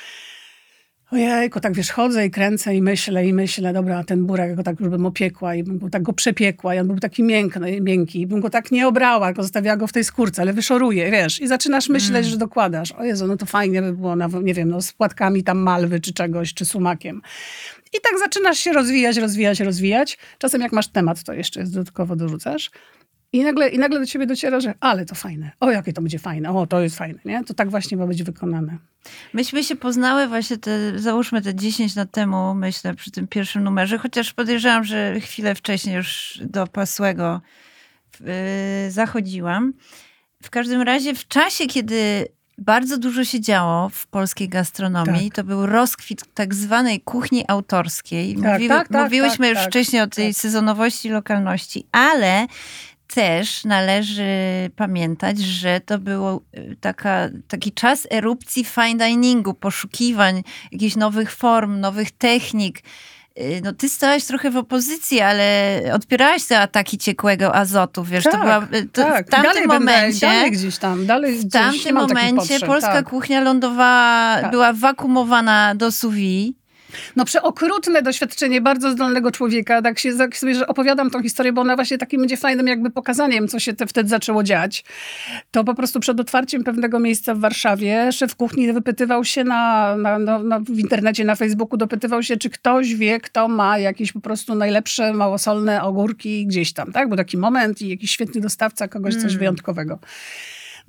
ojejku, tak wiesz, chodzę i kręcę i myślę, i myślę, dobra, ten burak go tak już bym opiekła i bym go tak go przepiekła i on był taki miękny, miękki i bym go tak nie obrała, tylko zostawiała go w tej skórce, ale wyszoruję, wiesz, i zaczynasz myśleć, mm. że dokładasz. O Jezu, no to fajnie by było, na, nie wiem, no z płatkami tam malwy czy czegoś, czy sumakiem. I tak zaczynasz się rozwijać, rozwijać, rozwijać. Czasem jak masz temat, to jeszcze jest dodatkowo dorzucasz. I nagle, I nagle do ciebie dociera, że ale to fajne. O, jakie to będzie fajne. O, to jest fajne, nie? To tak właśnie ma być wykonane. Myśmy się poznały właśnie te, załóżmy te dziesięć lat temu, myślę, przy tym pierwszym numerze, chociaż podejrzewam, że chwilę wcześniej już do Pasłego yy, zachodziłam. W każdym razie w czasie, kiedy bardzo dużo się działo w polskiej gastronomii. Tak. To był rozkwit tak zwanej kuchni autorskiej. Tak, Mówi, tak, tak, mówiłyśmy tak, już tak, wcześniej o tej tak. sezonowości, lokalności, ale też należy pamiętać, że to był taka, taki czas erupcji fine diningu, poszukiwań jakichś nowych form, nowych technik. No ty stałaś trochę w opozycji, ale odpierałaś te ataki ciekłego azotu, wiesz, tak, to była to tak. w tamtym dalej momencie, będę, dalej gdzieś tam, dalej w tamtym momencie polska tak. kuchnia lądowała, tak. była wakuumowana do sous vide. No przeokrutne doświadczenie bardzo zdolnego człowieka. Tak się tak sobie że opowiadam tą historię, bo ona właśnie takim będzie fajnym jakby pokazaniem, co się te, wtedy zaczęło dziać. To po prostu przed otwarciem pewnego miejsca w Warszawie szef kuchni wypytywał się na, na, na, na, w internecie, na Facebooku, dopytywał się, czy ktoś wie, kto ma jakieś po prostu najlepsze małosolne ogórki gdzieś tam, tak? Był taki moment i jakiś świetny dostawca, kogoś coś mm. wyjątkowego.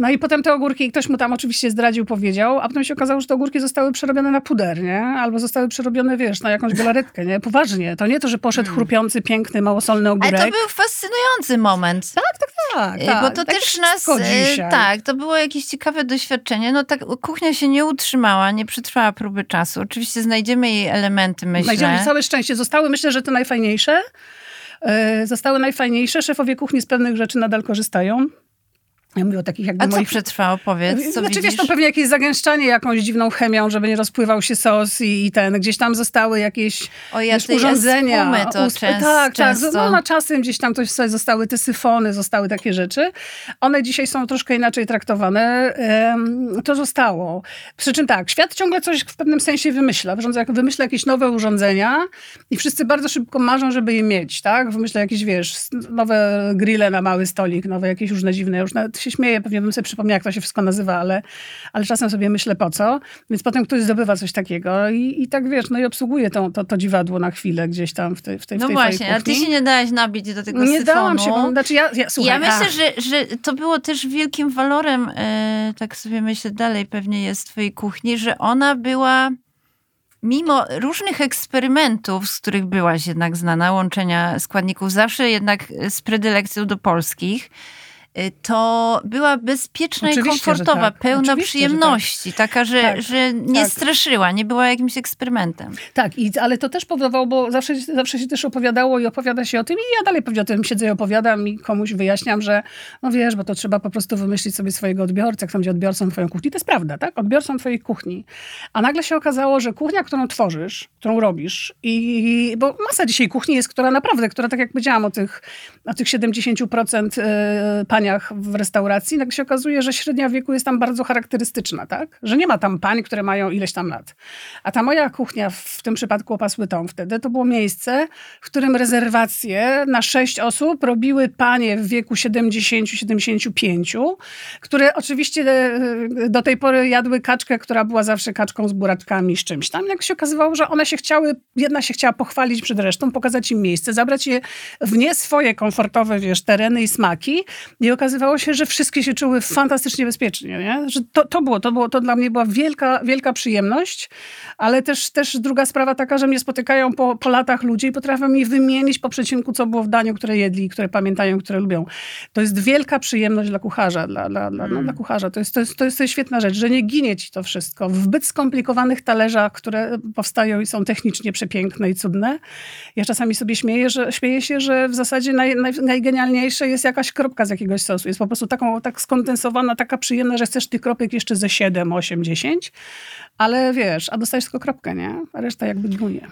No i potem te ogórki, ktoś mu tam oczywiście zdradził, powiedział, a potem się okazało, że te ogórki zostały przerobione na puder, nie? Albo zostały przerobione, wiesz, na jakąś galaretkę, nie? Poważnie. To nie to, że poszedł Hmm. chrupiący, piękny, małosolny ogórek. Ale to był fascynujący moment. Tak, tak, tak. tak. Bo to tak też nas, dzisiaj. tak, to było jakieś ciekawe doświadczenie. No tak, kuchnia się nie utrzymała, nie przetrwała próby czasu. Oczywiście znajdziemy jej elementy, myślę. Znajdziemy całe szczęście. Zostały, myślę, że te najfajniejsze. Yy, zostały najfajniejsze. Szefowie kuchni z pewnych rzeczy nadal korzystają. Ja mówię o takich jakby A co moich... przetrwało, powiedz, co Znaczy widzisz? wiesz, to pewnie jakieś zagęszczanie jakąś dziwną chemią, żeby nie rozpływał się sos i, i ten. Gdzieś tam zostały jakieś O, ja wiesz, tej urządzenia. espumy to Usp- częst- tak, często. tak. No, na czasem gdzieś tam coś sobie zostały, te syfony, zostały takie rzeczy. One dzisiaj są troszkę inaczej traktowane. Um, to zostało. Przy czym tak, świat ciągle coś w pewnym sensie wymyśla. Wyrządza, wymyśla jakieś nowe urządzenia i wszyscy bardzo szybko marzą, żeby je mieć, tak? Wymyśla jakieś, wiesz, nowe grille na mały stolik, nowe jakieś różne dziwne. Ja już nawet się śmieję, pewnie bym sobie przypomniała, jak to się wszystko nazywa, ale, ale czasem sobie myślę, po co. Więc potem ktoś zdobywa coś takiego i, i tak, wiesz, no i obsługuje to, to, to dziwadło na chwilę gdzieś tam w tej, w tej, No w tej właśnie, a kuchni. ty się nie dałaś nabić do tego Nie syfonu. dałam się, bo znaczy ja, ja, słuchaj, Ja myślę, ach, że, że to było też wielkim walorem, e, tak sobie myślę dalej pewnie jest twojej kuchni, że ona była, mimo różnych eksperymentów, z których byłaś jednak znana, łączenia składników, zawsze jednak z predylekcją do polskich, to była bezpieczna Oczywiście, i komfortowa, że tak. pełna Oczywiście, przyjemności. że tak. Taka, że, Tak, że nie tak. straszyła, nie była jakimś eksperymentem. Tak, i, ale to też powodowało, bo zawsze, zawsze się też opowiadało i opowiada się o tym i ja dalej pewnie o tym siedzę i opowiadam i komuś wyjaśniam, że no wiesz, bo to trzeba po prostu wymyślić sobie swojego odbiorcę, jak tam będzie odbiorcą twoją kuchni. To jest prawda, tak? Odbiorcą twojej kuchni. A nagle się okazało, że kuchnia, którą tworzysz, którą robisz i, bo masa dzisiaj kuchni jest, która naprawdę, która tak jak powiedziałam o tych, o tych siedemdziesiąt procent paniach w restauracji, nagle się okazuje, że średnia wieku jest tam bardzo charakterystyczna, tak? Że nie ma tam pań, które mają ileś tam lat. A ta moja kuchnia, w tym przypadku opasły tom wtedy, to było miejsce, w którym rezerwacje na sześć osób robiły panie w wieku siedemdziesiąt do siedemdziesięciu pięciu, które oczywiście do tej pory jadły kaczkę, która była zawsze kaczką z buraczkami, z czymś tam. Jak się okazywało, że one się chciały, jedna się chciała pochwalić przed resztą, pokazać im miejsce, zabrać je w nie swoje komfortowe, wiesz, tereny i smaki. I okazywało się, że wszystkie się czuły fantastycznie bezpiecznie, nie? Że to, to było, to było, to dla mnie była wielka, wielka przyjemność, ale też, też druga sprawa taka, że mnie spotykają po, po latach ludzie i potrafią mi wymienić po przecinku, co było w daniu, które jedli, które pamiętają, które lubią. To jest wielka przyjemność dla kucharza, dla, dla, dla, Mm. no, dla kucharza. To jest, to, jest, to, jest, to jest świetna rzecz, że nie ginie ci to wszystko w zbyt skomplikowanych talerzach, które powstają i są technicznie przepiękne i cudne. Ja czasami sobie śmieję, że, śmieję się, że w zasadzie naj, naj, najgenialniejsze jest jakaś kropka z jakiegoś sosu. Jest po prostu taką, tak skondensowana, taka przyjemna, że chcesz tych kropek jeszcze ze siedem, osiem, dziesięć, ale wiesz, a dostajesz tylko kropkę, nie? A reszta jakby dźwignie.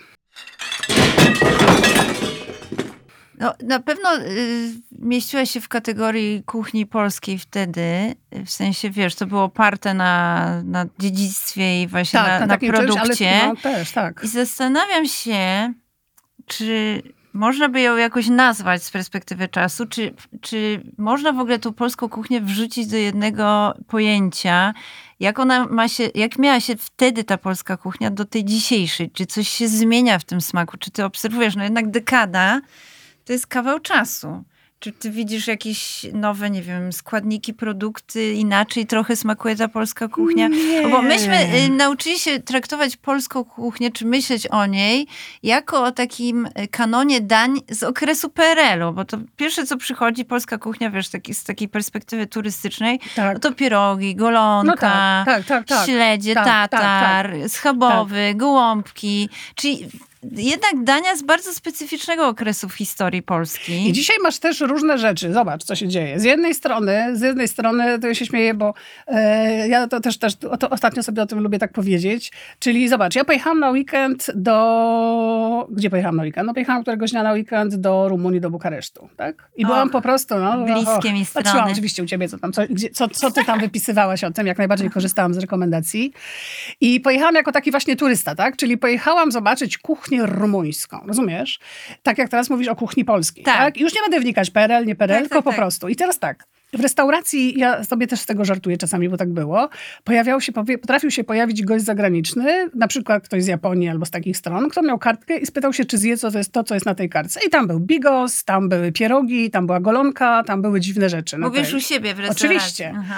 No, na pewno y, mieściła się w kategorii kuchni polskiej wtedy, w sensie, wiesz, to było oparte na, na dziedzictwie i właśnie Tak, na, na na takim czymś, produkcie. ale no, też, tak. I zastanawiam się, czy można by ją jakoś nazwać z perspektywy czasu, czy, czy można w ogóle tą polską kuchnię wrzucić do jednego pojęcia, jak ona ma się, jak miała się wtedy ta polska kuchnia do tej dzisiejszej? Czy coś się zmienia w tym smaku? Czy ty obserwujesz, no jednak dekada to jest kawał czasu. Czy ty widzisz jakieś nowe, nie wiem, składniki, produkty, inaczej trochę smakuje ta polska kuchnia? Nie. No bo myśmy y, nauczyli się traktować polską kuchnię, czy myśleć o niej, jako o takim kanonie dań z okresu P R L u, bo to pierwsze, co przychodzi, polska kuchnia, wiesz, taki, z takiej perspektywy turystycznej, Tak. no to pierogi, golonka, No tak, tak, tak, tak. śledzie, Tak, tak, tatar, tak. schabowy, gołąbki, czyli jednak dania z bardzo specyficznego okresu w historii Polski. I dzisiaj masz też różne rzeczy. Zobacz, co się dzieje. Z jednej strony, z jednej strony, to ja się śmieję, bo e, ja to też, też to ostatnio sobie o tym lubię tak powiedzieć. Czyli zobacz, ja pojechałam na weekend do... Gdzie pojechałam na weekend? No pojechałam któregoś dnia na weekend do Rumunii, do Bukaresztu, tak? I Och, byłam po prostu, no... bliskie mi strony. Patrzyłam oczywiście u ciebie, co tam, co, gdzie, co, co ty tam wypisywałaś o tym, jak najbardziej korzystałam z rekomendacji. I pojechałam jako taki właśnie turysta, tak? Czyli pojechałam zobaczyć kuchnię rumuńską, rozumiesz? Tak jak teraz mówisz o kuchni polskiej, Tak. tak? I już nie będę wnikać P R L, nie P R L, Tak, tylko tak, po tak. prostu. I teraz tak, w restauracji, ja sobie też z tego żartuję czasami, bo tak było, pojawiał się, powie- potrafił się pojawić gość zagraniczny, na przykład ktoś z Japonii albo z takich stron, kto miał kartkę i spytał się, czy zje co to jest to, co jest na tej kartce. I tam był bigos, tam były pierogi, tam była golonka, tam były dziwne rzeczy. na Mówisz tej- u siebie w restauracji. Oczywiście. Aha.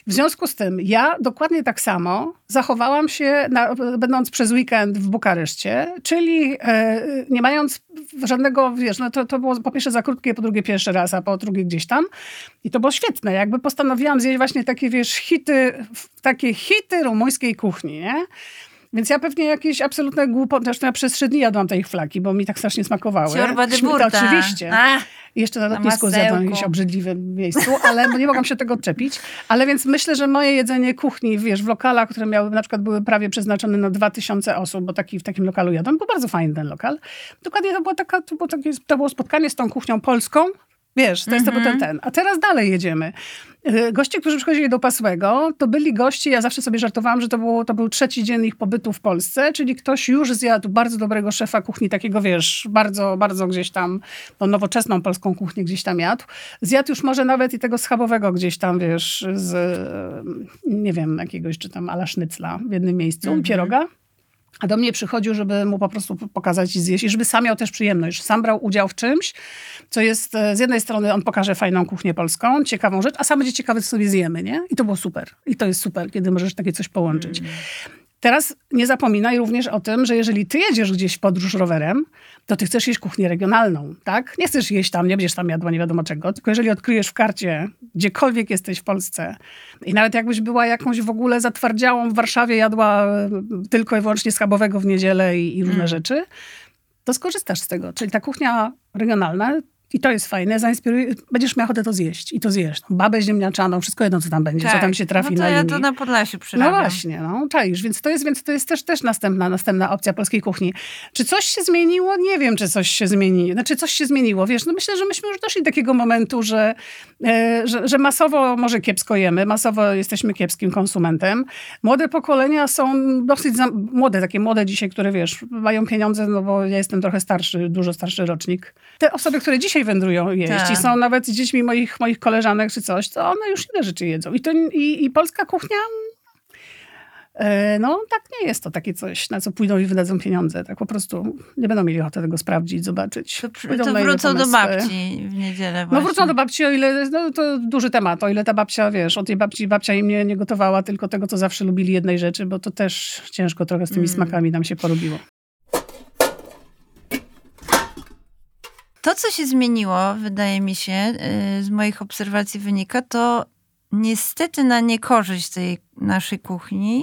W związku z tym ja dokładnie tak samo zachowałam się, na, będąc przez weekend w Bukareszcie, czyli e, nie mając żadnego, wiesz, no to, to było po pierwsze za krótkie, po drugie pierwszy raz, a po drugie gdzieś tam. I to było świetne. Jakby postanowiłam zjeść właśnie takie, wiesz, hity, takie hity rumuńskiej kuchni, nie? Więc ja pewnie jakieś absolutne głupoty, zresztą ja przez trzy dni jadłam te ich flaki, bo mi tak strasznie smakowały. Ciorba de Śmi- burta. to Oczywiście. A, I jeszcze na na lotnisku zjadłam w masełku. jakimś obrzydliwym miejscu, ale nie mogłam się tego odczepić. Ale więc myślę, że moje jedzenie kuchni, wiesz, w lokalach, które miały, na przykład były prawie przeznaczone na dwa tysiące osób, bo taki, w takim lokalu jadłam, był bardzo fajny ten lokal. Dokładnie to było, taka, to było, takie, to było spotkanie z tą kuchnią polską. Wiesz, to jest to był ten, ten. A teraz dalej jedziemy. Goście, którzy przychodzili do Pasłego, to byli goście, ja zawsze sobie żartowałam, że to, było, to był trzeci dzień ich pobytu w Polsce, czyli ktoś już zjadł bardzo dobrego szefa kuchni, takiego wiesz, bardzo, bardzo gdzieś tam, no, nowoczesną polską kuchnię gdzieś tam jadł. Zjadł już może nawet i tego schabowego gdzieś tam, wiesz, z, nie wiem, jakiegoś czy tam ala sznycla w jednym miejscu, mm-hmm. pieroga. A do mnie przychodził, żeby mu po prostu pokazać i zjeść i żeby sam miał też przyjemność. Sam brał udział w czymś, co jest z jednej strony on pokaże fajną kuchnię polską, ciekawą rzecz, a sam będzie ciekawy, co sobie zjemy, nie? I to było super. I to jest super, kiedy możesz takie coś połączyć. Mm. Teraz nie zapominaj również o tym, że jeżeli ty jedziesz gdzieś w podróż rowerem, to ty chcesz jeść kuchnię regionalną, tak? Nie chcesz jeść tam, nie będziesz tam jadła nie wiadomo czego, tylko jeżeli odkryjesz w karcie, gdziekolwiek jesteś w Polsce i nawet jakbyś była jakąś w ogóle zatwardziałą w Warszawie, jadła tylko i wyłącznie schabowego w niedzielę i, i różne mm. rzeczy, to skorzystasz z tego. Czyli ta kuchnia regionalna, i to jest fajne, zainspiruje, będziesz miał ochotę to zjeść i to zjesz. Babę ziemniaczaną, wszystko jedno, co tam będzie, tak. co tam się trafi no to na ja linii. to na Podlasiu przyrabiam. No właśnie, no, czaisz, więc to jest, więc to jest też, też następna, następna opcja polskiej kuchni. Czy coś się zmieniło? Nie wiem, czy coś się zmieniło. Znaczy, coś się zmieniło, wiesz, no myślę, że myśmy już doszli do takiego momentu, że, e, że, że masowo może kiepsko jemy, masowo jesteśmy kiepskim konsumentem. Młode pokolenia są dosyć, za, młode, takie młode dzisiaj, które wiesz, mają pieniądze, no bo ja jestem trochę starszy, dużo starszy rocznik. Te osoby, które dzisiaj wędrują jeść, i są nawet z dziećmi moich, moich koleżanek czy coś, to one już inne rzeczy jedzą. I, to, i, i polska kuchnia, e, no tak nie jest to takie coś, na co pójdą i wydadzą pieniądze. Tak po prostu nie będą mieli ochoty tego sprawdzić, zobaczyć. To, przy, to wrócą do babci w niedzielę właśnie. No wrócą do babci, o ile, no to duży temat, o ile ta babcia, wiesz, o tej babci, babcia im nie, nie gotowała tylko tego, co zawsze lubili jednej rzeczy, bo to też ciężko trochę z tymi mm. smakami nam się porobiło. To, co się zmieniło, wydaje mi się, z moich obserwacji wynika, to niestety na niekorzyść tej naszej kuchni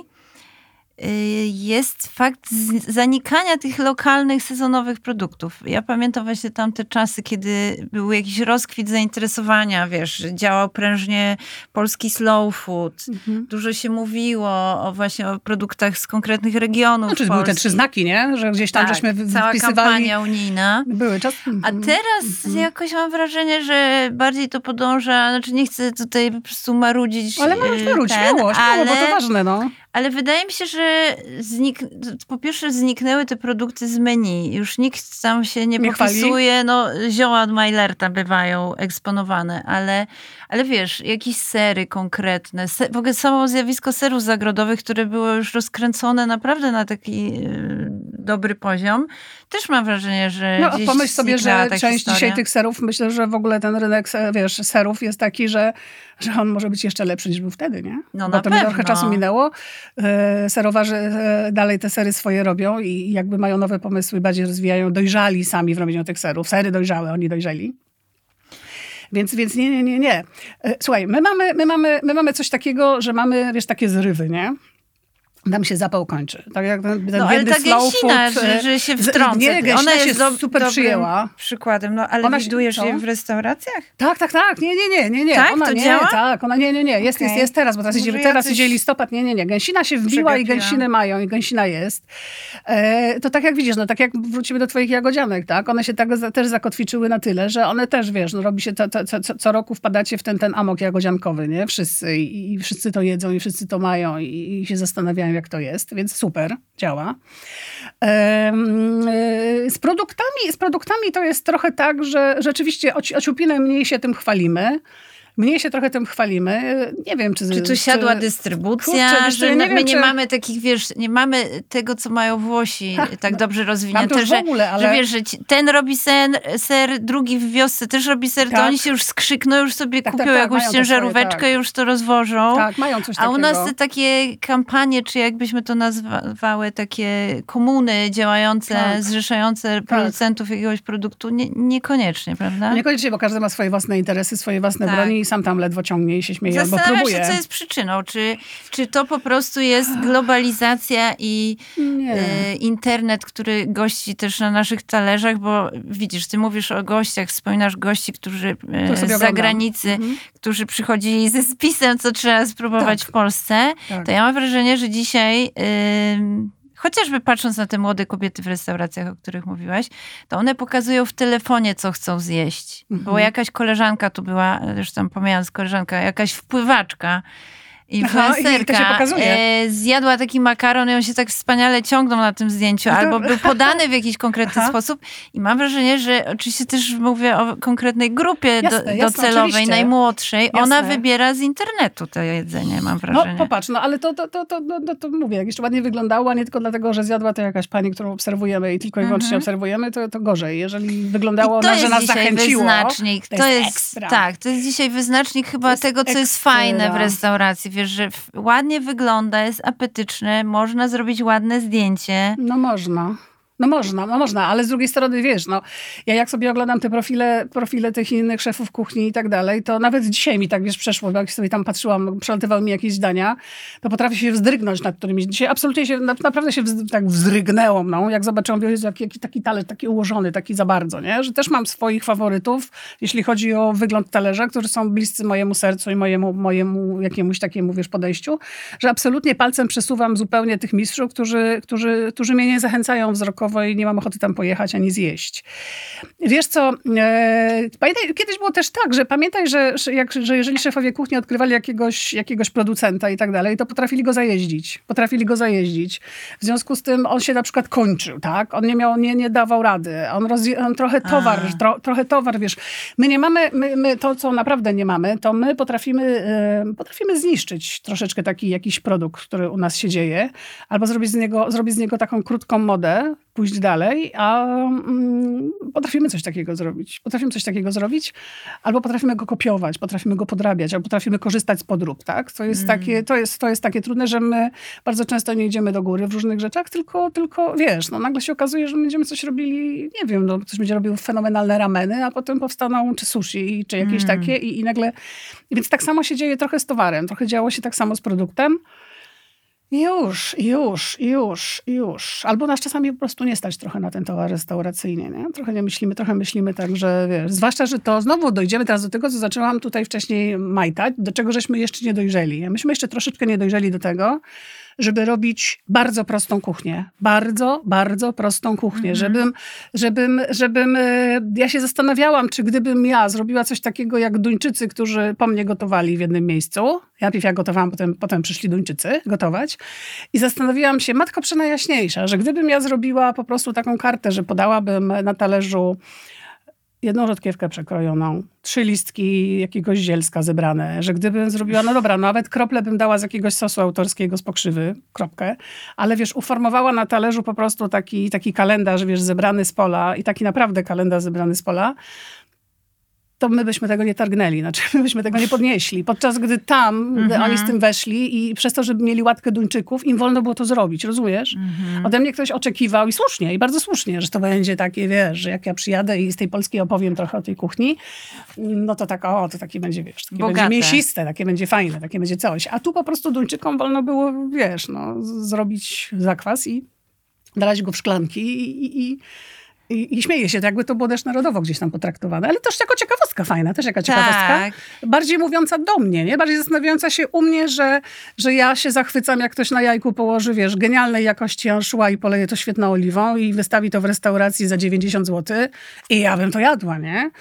jest fakt zanikania tych lokalnych, sezonowych produktów. Ja pamiętam właśnie tamte czasy, kiedy był jakiś rozkwit zainteresowania, wiesz, działał prężnie polski slow food. Mhm. Dużo się mówiło o właśnie o produktach z konkretnych regionów. Znaczy, były te trzy znaki, nie? Że gdzieś tam tak, żeśmy cała wpisywali. kampania unijna. Były czas. A teraz mhm. jakoś mam wrażenie, że bardziej to podąża, znaczy nie chcę tutaj po prostu marudzić. Ale możesz marudzić, ten, śmiało, śmiało, ale... bo to ważne, no. Ale wydaje mi się, że znik- po pierwsze zniknęły te produkty z menu. Już nikt tam się nie, nie popisuje. Chwali. No, zioła od Majlerta bywają eksponowane, ale, ale wiesz, jakieś sery konkretne. Se- w ogóle samo zjawisko serów zagrodowych, które było już rozkręcone naprawdę na taki yy, dobry poziom. Też mam wrażenie, że no, gdzieś pomyśl sobie, że część historia. dzisiaj tych serów, myślę, że w ogóle ten rynek, wiesz, serów jest taki, że, że on może być jeszcze lepszy niż był wtedy, nie? No, bo na to pewno. trochę czasu minęło. Serowarze dalej te sery swoje robią i jakby mają nowe pomysły, bardziej rozwijają, dojrzali sami w robieniu tych serów. Sery dojrzałe, oni dojrzeli. Więc, więc nie, nie, nie, nie. Słuchaj, my mamy, my, mamy, my mamy coś takiego, że mamy, wiesz, takie zrywy, nie? Tam się zapał kończy. Tak jak ten, ten no, ale ta gęsina, food, że, że się wtrąca. Nie, gęsina ona jest się do, super przyjęła. Przykładem, no ale ona widujesz się, je w restauracjach? Tak, tak, tak. Nie, nie, nie, nie, nie. Tak, ona to nie, działa? Tak, ona nie, nie, nie. Jest, okay. jest, jest teraz, bo teraz, idzie, teraz coś... idzie listopad. Nie, nie, nie. Gęsina się wbiła i gęsiny mają i gęsina jest. E, to tak jak widzisz, no tak jak wrócimy do twoich jagodzianek, tak? One się tak też zakotwiczyły na tyle, że one też, wiesz, no robi się, to, to, co, co roku wpadacie w ten, ten amok jagodziankowy, nie? Wszyscy. I, i wszyscy to jedzą i wszyscy to mają i, i się zastanawiają, jak to jest. Więc super, działa. Z produktami, z produktami to jest trochę tak, że rzeczywiście ociupinę mniej się tym chwalimy. Mniej się trochę tym chwalimy. Nie wiem, czy... Czy tu siadła czy... dystrybucja, Kurczę, że ja nie my wiem, nie czy... mamy takich, wiesz, nie mamy tego, co mają Włosi ha, tak dobrze rozwinięte, że, ogóle, ale... że wiesz, że ten robi ser, ser, drugi w wiosce też robi ser, tak. to oni się już skrzykną, już sobie tak, kupią tak, tak, jakąś ciężaróweczkę, swoje, tak. już to rozwożą. Tak, mają coś A takiego. u nas te takie kampanie, czy jakbyśmy to nazwały, takie komuny działające, tak. zrzeszające tak. producentów jakiegoś produktu, nie, niekoniecznie, prawda? Niekoniecznie, bo każdy ma swoje własne interesy, swoje własne tak. broni i sam tam ledwo ciągnie i się śmieje albo próbuje. Zastanawiam się, co jest przyczyną. Czy, czy to po prostu jest globalizacja i e, internet, który gości też na naszych talerzach, bo widzisz, ty mówisz o gościach, wspominasz gości, którzy e, z zagranicy, mhm. którzy przychodzili ze spisem, co trzeba spróbować tak. w Polsce. Tak. To ja mam wrażenie, że dzisiaj... E, Chociażby patrząc na te młode kobiety w restauracjach, o których mówiłaś, to one pokazują w telefonie, co chcą zjeść. Mhm. Bo jakaś koleżanka tu była, już tam pomijając koleżanka, jakaś wpływaczka, influencerka, Aha, e, zjadła taki makaron i on się tak wspaniale ciągnął na tym zdjęciu, to... albo był podany w jakiś konkretny Aha. sposób. I mam wrażenie, że oczywiście też mówię o konkretnej grupie jasne, do, jasne, docelowej, oczywiście. najmłodszej. Jasne. Ona wybiera z internetu to jedzenie, mam wrażenie. No popatrz, no ale to, to, to, to, to, to mówię, jak jeszcze ładnie wyglądało, nie tylko dlatego, że zjadła to jakaś pani, którą obserwujemy i tylko i wyłącznie mhm. obserwujemy, to, to gorzej. Jeżeli wyglądało na, że nas zachęciło, wyznacznik. to, to jest jest ekstra. Tak, to jest dzisiaj wyznacznik chyba jest tego, co ekstra. jest fajne w restauracji. Wiesz, że ładnie wygląda, jest apetyczne, można zrobić ładne zdjęcie. No można. No można, no można, ale z drugiej strony wiesz, no ja jak sobie oglądam te profile, profile tych innych szefów kuchni i tak dalej, to nawet dzisiaj mi tak wiesz przeszło, bo jak sobie tam patrzyłam, przelatywały mi jakieś zdania, to potrafię się wzdrygnąć nad którymi. Dzisiaj absolutnie się, naprawdę się wz, tak wzdrygnęłam, no, jak zobaczyłam, Jezu, jaki, jaki taki talerz, taki ułożony, taki za bardzo, nie? Że też mam swoich faworytów, jeśli chodzi o wygląd talerza, którzy są bliscy mojemu sercu i mojemu, mojemu jakiemuś takiemu, wiesz, podejściu, że absolutnie palcem przesuwam zupełnie tych mistrzów, którzy, którzy, którzy mnie nie zachęcają wzrokowo i nie mam ochoty tam pojechać ani zjeść. Wiesz co, e, pamiętaj, kiedyś było też tak, że pamiętaj, że, że, jak, że jeżeli szefowie kuchni odkrywali jakiegoś, jakiegoś producenta i tak dalej, to potrafili go zajeździć. Potrafili go zajeździć. W związku z tym on się na przykład kończył, tak? On nie miał, nie, nie dawał rady. On, roz, on trochę towar, tro, trochę towar, wiesz. My nie mamy, my, my to, co naprawdę nie mamy, to my potrafimy, e, potrafimy zniszczyć troszeczkę taki jakiś produkt, który u nas się dzieje, albo zrobić z niego, zrobić z niego taką krótką modę, pójść dalej, a mm, potrafimy coś takiego zrobić. Potrafimy coś takiego zrobić, albo potrafimy go kopiować, potrafimy go podrabiać, albo potrafimy korzystać z podrób, tak? To jest, mm. takie, to jest, to jest takie trudne, że my bardzo często nie idziemy do góry w różnych rzeczach, tylko, tylko wiesz, no nagle się okazuje, że będziemy coś robili, nie wiem, no ktoś będzie robił fenomenalne rameny, a potem powstaną czy sushi, czy jakieś mm. takie i, i nagle... Więc tak samo się dzieje trochę z towarem, trochę działo się tak samo z produktem. Już, już, już, już. Albo nas czasami po prostu nie stać trochę na ten towar restauracyjny, nie? Trochę nie myślimy, trochę myślimy tak, że wiesz, zwłaszcza, że to znowu dojdziemy teraz do tego, co zaczęłam tutaj wcześniej majtać, do czego żeśmy jeszcze nie dojrzeli. Myśmy jeszcze troszeczkę nie dojrzeli do tego, żeby robić bardzo prostą kuchnię. Bardzo, bardzo prostą kuchnię. Mhm. Żebym, żebym, żebym, ja się zastanawiałam, czy gdybym ja zrobiła coś takiego jak Duńczycy, którzy po mnie gotowali w jednym miejscu. Ja najpierw ja gotowałam, potem, potem przyszli Duńczycy gotować. I zastanawiałam się, Matko Przenajjaśniejsza, że gdybym ja zrobiła po prostu taką kartę, że podałabym na talerzu jedną rzodkiewkę przekrojoną, trzy listki jakiegoś zielska zebrane, że gdybym zrobiła, no dobra, nawet krople bym dała z jakiegoś sosu autorskiego z pokrzywy, kropkę, ale wiesz, uformowała na talerzu po prostu taki, taki kalendarz, wiesz, zebrany z pola i taki naprawdę kalendarz zebrany z pola, to my byśmy tego nie targnęli, znaczy my byśmy tego nie podnieśli. Podczas gdy tam mm-hmm. oni z tym weszli i przez to, żeby mieli łatkę Duńczyków, im wolno było to zrobić, rozumiesz? Mm-hmm. Ode mnie ktoś oczekiwał i słusznie, i bardzo słusznie, że to będzie takie, wiesz, że jak ja przyjadę i z tej Polski opowiem trochę o tej kuchni, no to tak, o, to takie będzie, wiesz, takie Bogate. będzie mięsiste, takie będzie fajne, takie będzie coś. A tu po prostu Duńczykom wolno było, wiesz, no, zrobić zakwas i dać go w szklanki i, i, I, I śmieje się, to jakby to było też narodowo gdzieś tam potraktowane. Ale też jako ciekawostka fajna, też jaka ciekawostka. Tak. Bardziej mówiąca do mnie, nie? Bardziej zastanawiająca się u mnie, że, że ja się zachwycam, jak ktoś na jajku położy, wiesz, genialnej jakości anchois i poleje to świetną oliwą i wystawi to w restauracji za dziewięćdziesiąt złotych i ja bym to jadła, nie?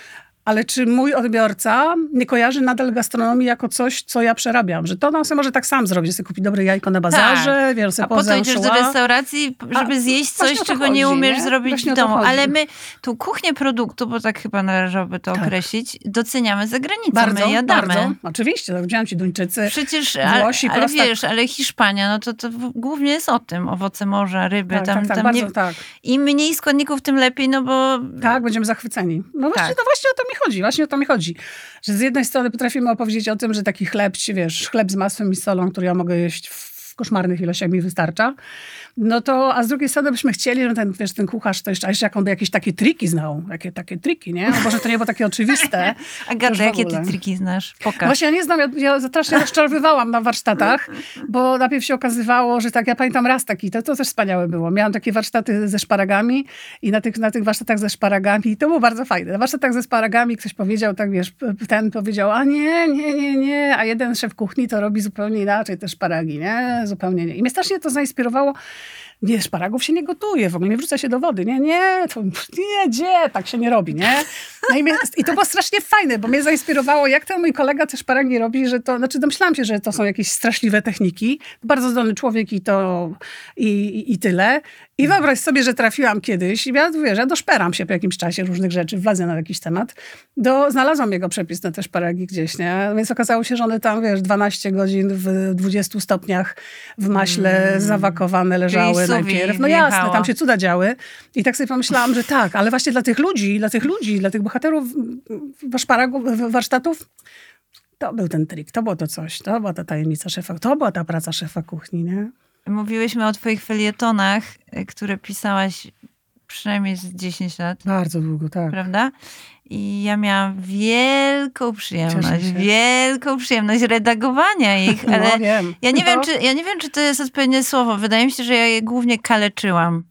ale czy mój odbiorca nie kojarzy nadal gastronomii jako coś, co ja przerabiam? Że to on sobie może tak sam zrobić, że sobie kupi dobre jajko na bazarze, tak. wiesz, sobie A po to idziesz do restauracji, żeby A, zjeść coś, czego chodzi, nie umiesz nie? zrobić Właśnie w domu. chodzi. Ale my tu kuchnię produktu, bo tak chyba należałoby to tak. określić, doceniamy za granicą. Bardzo, my jadamy. bardzo. Oczywiście, tak widziałam ci Duńczycy, Przecież, Włosi, ale, ale prostak. wiesz, ale Hiszpania, no to, to głównie jest o tym. Owoce morza, ryby. Tak, tam, tak, tak, tam bardzo nie, tak. Im mniej składników, tym lepiej, no bo... Tak, będziemy zachwyceni. No właśnie, Tak. to właśnie o to mi chodzi, właśnie o to mi chodzi. Że z jednej strony potrafimy opowiedzieć o tym, że taki chleb, wiesz, chleb z masłem i solą, który ja mogę jeść w koszmarnych ilościach, mi wystarcza. No to, a z drugiej strony byśmy chcieli, że ten, wiesz, ten kucharz to jeszcze, a jeszcze jak on by jakieś takie triki znał, jakie takie triki, nie? No Boże, to nie było takie oczywiste. Agata, jakie ty triki znasz? Pokaż. No właśnie ja nie znam, ja, ja strasznie rozczarowywałam na warsztatach, bo najpierw się okazywało, że tak, ja pamiętam raz taki, to, to też wspaniałe było. Miałam takie warsztaty ze szparagami i na tych, na tych warsztatach ze szparagami, to było bardzo fajne. Na warsztatach ze szparagami ktoś powiedział, tak wiesz, ten powiedział, a nie, nie, nie, nie, a jeden szef kuchni to robi zupełnie inaczej te szparagi, nie? Zupełnie nie. I mnie strasznie to zainspirowało. Nie, szparagów się nie gotuje, w ogóle nie wrzuca się do wody. Nie, nie, to nie, gdzie, tak się nie robi, nie? No i, mnie, I to było strasznie fajne, bo mnie zainspirowało, jak ten mój kolega te szparagi robi, że to, znaczy domyślałam się, że to są jakieś straszliwe techniki. Bardzo zdolny człowiek i to, i, i, i tyle. I wyobraź sobie, że trafiłam kiedyś, i ja, wiesz, ja doszperam się po jakimś czasie różnych rzeczy, wlazę na jakiś temat, do, znalazłam jego przepis na te szparagi gdzieś, nie? Więc okazało się, że one tam, wiesz, dwanaście godzin w dwudziestu stopniach w maśle mm. zawakowane leżały najpierw. No wjechało. jasne, tam się cuda działy. I tak sobie pomyślałam, że tak, ale właśnie dla tych ludzi, dla tych ludzi, dla tych bohaterów szparagów, warsztatów, to był ten trik, to było to coś, to była ta tajemnica szefa, to była ta praca szefa kuchni, nie? Mówiłyśmy o twoich felietonach, które pisałaś przynajmniej z dziesięć lat. Bardzo długo, tak. Prawda? I ja miałam wielką przyjemność, wielką przyjemność redagowania ich, ale no, wiem. Ja, nie no. wiem, czy, ja nie wiem, czy to jest odpowiednie słowo. Wydaje mi się, że ja je głównie kaleczyłam.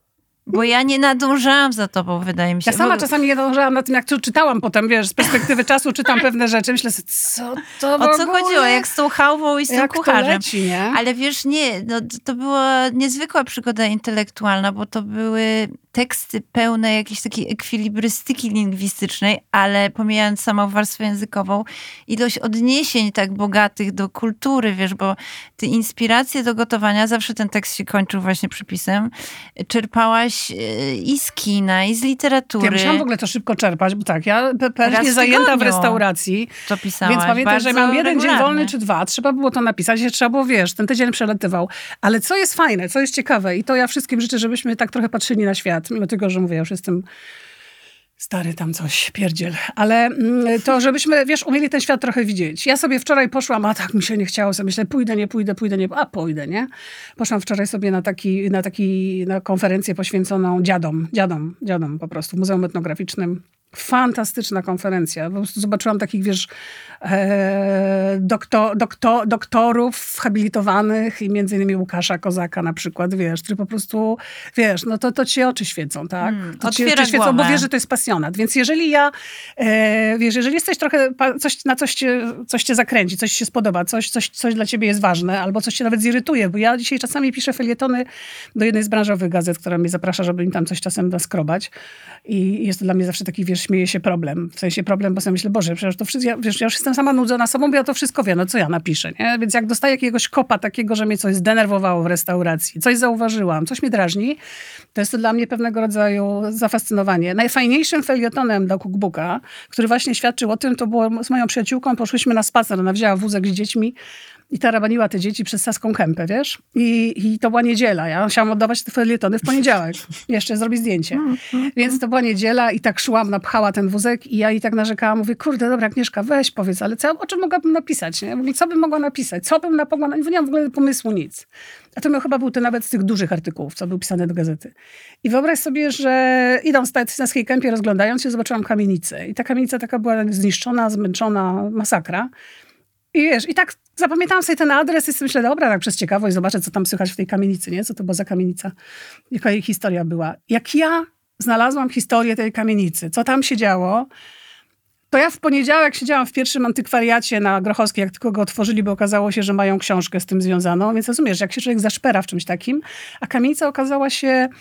Bo ja nie nadążałam za tobą, wydaje mi się. Ja sama bo... czasami nie nadążałam na tym, jak to czytałam potem, wiesz, z perspektywy czasu czytam pewne rzeczy. Myślę sobie, co to w O co ogóle? chodziło? Jak z tą chałwą i z tym jak kucharzem. To leci, nie? Ale wiesz, nie, no, to była niezwykła przygoda intelektualna, bo to były teksty pełne jakiejś takiej ekwilibrystyki lingwistycznej, ale pomijając samą warstwę językową, ilość odniesień tak bogatych do kultury, wiesz, bo ty inspiracje do gotowania, zawsze ten tekst się kończył właśnie przypisem, czerpałaś i z kina, i z literatury. Ja musiałam w ogóle to szybko czerpać, bo tak, ja pewnie zajęta w restauracji, to pisałaś, więc pamiętam, że miałam jeden regularnie. dzień wolny czy dwa, trzeba było to napisać, się trzeba było, wiesz, ten tydzień przelatywał. Ale co jest fajne, co jest ciekawe i to ja wszystkim życzę, żebyśmy tak trochę patrzyli na świat, mimo tego, że mówię, ja już jestem stary tam coś, pierdziel. Ale to, żebyśmy, wiesz, umieli ten świat trochę widzieć. Ja sobie wczoraj poszłam, a tak mi się nie chciało, sobie myślę, pójdę, nie pójdę, pójdę, nie, a pójdę, nie? Poszłam wczoraj sobie na taki, na taki, na konferencję poświęconą dziadom, dziadom, dziadom po prostu, w Muzeum Etnograficznym. Fantastyczna konferencja. Po prostu zobaczyłam takich, wiesz, e, doktor, doktor, doktorów habilitowanych i między innymi Łukasza Kozaka na przykład, wiesz, który po prostu, wiesz, no to, to ci oczy świecą, tak? Mm, to ci otwiera oczy świecą, głowę. bo wiesz, że to jest pasjonat. Więc jeżeli ja, e, wiesz, jeżeli jesteś trochę, coś, na coś cię, coś cię zakręci, coś ci się spodoba, coś, coś, coś dla ciebie jest ważne, albo coś cię nawet zirytuje, bo ja dzisiaj czasami piszę felietony do jednej z branżowych gazet, która mnie zaprasza, żeby im tam coś czasem naskrobać. I jest to dla mnie zawsze taki, wiesz, śmieje się problem. W sensie problem, bo sobie myślę, Boże, przecież to wszystko, ja, wiesz, ja już jestem sama nudzona sobą, bo ja to wszystko wiem, no co ja napiszę, nie? Więc jak dostaję jakiegoś kopa takiego, że mnie coś zdenerwowało w restauracji, coś zauważyłam, coś mnie drażni, to jest to dla mnie pewnego rodzaju zafascynowanie. Najfajniejszym felietonem do cookbooka, który właśnie świadczył o tym, to było z moją przyjaciółką, poszłyśmy na spacer, ona wzięła wózek z dziećmi i tarabaniła te dzieci przez Saską Kępę, wiesz? I, I to była niedziela. Ja chciałam oddawać te felietony w poniedziałek. Jeszcze zrobić zdjęcie. Więc to była niedziela i tak szłam, napchała ten wózek i ja i tak narzekałam. Mówię, kurde, dobra, Agnieszka, weź powiedz, ale co, o czym mogłabym napisać, nie? Mówię, co bym mogła napisać? Co bym mogła napisać? Nie mam w ogóle pomysłu, nic. A to miał chyba był to nawet z tych dużych artykułów, co był pisane do gazety. I wyobraź sobie, że idąc na Saskiej Kępie, rozglądając się, zobaczyłam kamienicę. I ta kamienica taka była zniszczona, zmęczona, masakra. I wiesz, i tak zapamiętałam sobie ten adres i sobie myślę, dobra, tak przez ciekawość zobaczę, co tam słychać w tej kamienicy, nie? Co to była za kamienica? Jaka jej historia była. Jak ja znalazłam historię tej kamienicy, co tam się działo, to ja w poniedziałek siedziałam w pierwszym antykwariacie na Grochowskiej, jak tylko go otworzyli, bo okazało się, że mają książkę z tym związaną. Więc rozumiesz, jak się człowiek zaszpera w czymś takim, a kamienica okazała się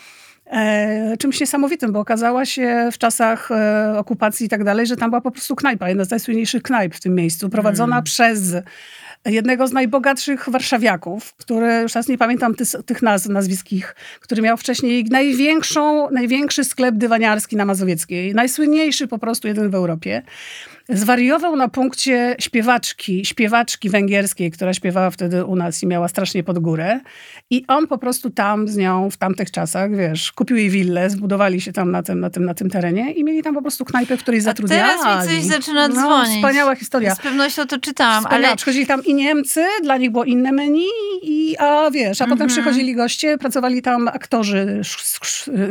e, czymś niesamowitym, bo okazała się w czasach e, okupacji i tak dalej, że tam była po prostu knajpa, jedna z najsłynniejszych knajp w tym miejscu, prowadzona mm. przez jednego z najbogatszych warszawiaków, który, już teraz nie pamiętam ty, tych nazw, nazwisk ich, który miał wcześniej największą, największy sklep dywaniarski na Mazowieckiej, najsłynniejszy po prostu jeden w Europie. Zwariował na punkcie śpiewaczki, śpiewaczki węgierskiej, która śpiewała wtedy u nas i miała strasznie pod górę. I on po prostu tam z nią w tamtych czasach, wiesz, kupił jej willę, zbudowali się tam na tym, na tym, na tym terenie i mieli tam po prostu knajpę, w której zatrudniali. A teraz mi coś zaczyna dzwonić. No, wspaniała historia. Z pewnością to czytałam. Wspaniała. Ale Przychodzili tam i Niemcy, dla nich było inne menu, i, a wiesz, a mm-hmm. potem przychodzili goście, pracowali tam aktorzy sz, sz, sz,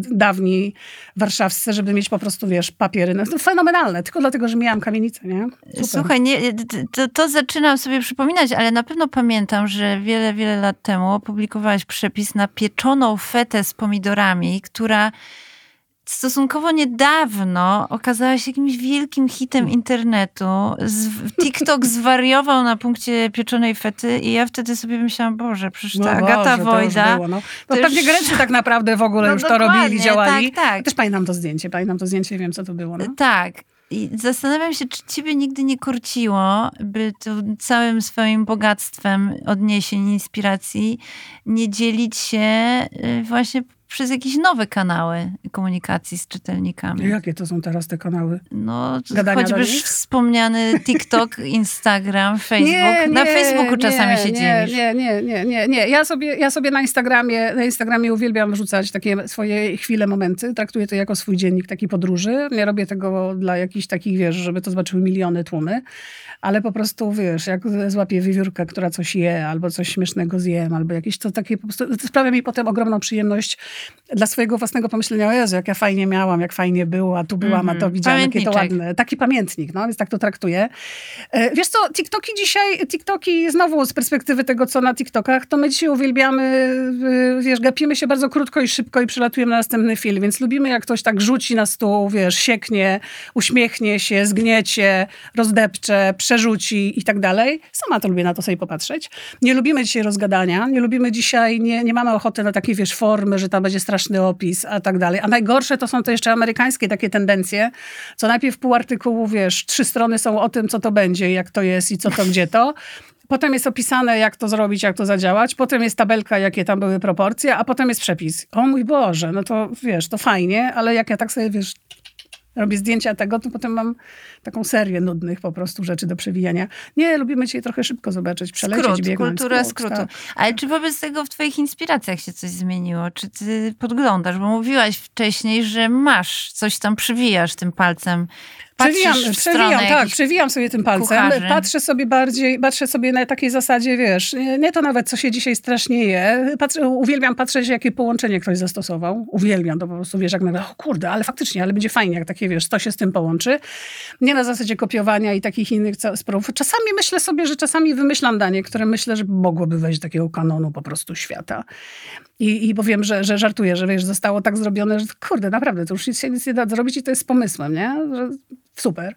dawni warszawscy, żeby mieć po prostu, wiesz, papiery. No, to fenomenalne, tylko dlatego, że miałam kamienicę, nie? Super. Słuchaj, nie, to, to zaczynam sobie przypominać, ale na pewno pamiętam, że wiele, wiele lat temu opublikowałaś przepis na pieczoną fetę z pomidorami, która stosunkowo niedawno okazała się jakimś wielkim hitem internetu. Z, TikTok zwariował na punkcie pieczonej fety i ja wtedy sobie myślałam, Boże, przecież ta no Agata Boże, Wojda... To już było, no. No to pewnie już... Grecy tak naprawdę w ogóle no już to robili, działali. Tak, tak. Też pamiętam to zdjęcie, pamiętam to zdjęcie, wiem co to było. No. Tak. I zastanawiam się, czy ciebie nigdy nie korciło, by tu całym swoim bogactwem odniesień, inspiracji nie dzielić się właśnie przez jakieś nowe kanały komunikacji z czytelnikami. Jakie to są teraz te kanały? No, Gadania choćby wspomniany TikTok, Instagram, Facebook. Nie, nie, na Facebooku nie, czasami się nie, dzielisz. Nie, nie, nie, nie, nie. Ja sobie, ja sobie na Instagramie, na Instagramie uwielbiam wrzucać takie swoje chwile, momenty. Traktuję to jako swój dziennik takiej podróży. Nie robię tego dla jakichś takich, wiesz, żeby to zobaczyły miliony, tłumy. Ale po prostu, wiesz, jak złapię wiewiórkę, która coś je, albo coś śmiesznego zjem, albo jakieś to takie po prostu, to sprawia mi potem ogromną przyjemność dla swojego własnego pomyślenia, o Jezu, jak ja fajnie miałam, jak fajnie było, a tu byłam, mm-hmm. a to widziałam, jakie to ładne. Taki pamiętnik, no, więc tak to traktuję. Wiesz co, TikToki dzisiaj, TikToki znowu z perspektywy tego, co na TikTokach, to my dzisiaj uwielbiamy, wiesz, gapimy się bardzo krótko i szybko i przelatujemy na następny film, więc lubimy, jak ktoś tak rzuci na stół, wiesz, sieknie, uśmiechnie się, zgniecie, rozdepcze, przerzuci i tak dalej. Sama to lubię na to sobie popatrzeć. Nie lubimy dzisiaj rozgadania, nie lubimy dzisiaj, nie, nie mamy ochoty na takie, wiesz, formy, że tam będzie straszny opis, a tak dalej. A najgorsze to są to jeszcze amerykańskie takie tendencje, co najpierw pół artykułu, wiesz, trzy strony są o tym, co to będzie, jak to jest i co to, gdzie to. Potem jest opisane, jak to zrobić, jak to zadziałać. Potem jest tabelka, jakie tam były proporcje, a potem jest przepis. O mój Boże, no to wiesz, to fajnie, ale jak ja tak sobie, wiesz, robię zdjęcia tego, to potem mam taką serię nudnych po prostu rzeczy do przewijania. Nie, lubimy cię trochę szybko zobaczyć, przelecieć, Skrót, biegnąć. kultura skrót, skrótu. tak. Ale czy wobec tego w twoich inspiracjach się coś zmieniło? Czy ty podglądasz? Bo mówiłaś wcześniej, że masz, coś tam przywijasz tym palcem. Przewijam, przewijam tak, przewijam sobie tym palcem. Kucharzy. Patrzę sobie bardziej, patrzę sobie na takiej zasadzie, wiesz, nie, nie to nawet, co się dzisiaj strasznie je. Patrzę, uwielbiam patrzeć, jakie połączenie ktoś zastosował. Uwielbiam to po prostu, wiesz, jak nagle, o kurde, ale faktycznie, ale będzie fajnie, jak takie, wiesz, to się z tym połączy. Nie na zasadzie kopiowania i takich innych sprawów. Czasami myślę sobie, że czasami wymyślam danie, które myślę, że mogłoby wejść do takiego kanonu po prostu świata. I, i powiem, że, że żartuję, że wiesz, zostało tak zrobione, że kurde, naprawdę, to już nic się nic nie da zrobić i to jest z pomysłem, nie? Że super.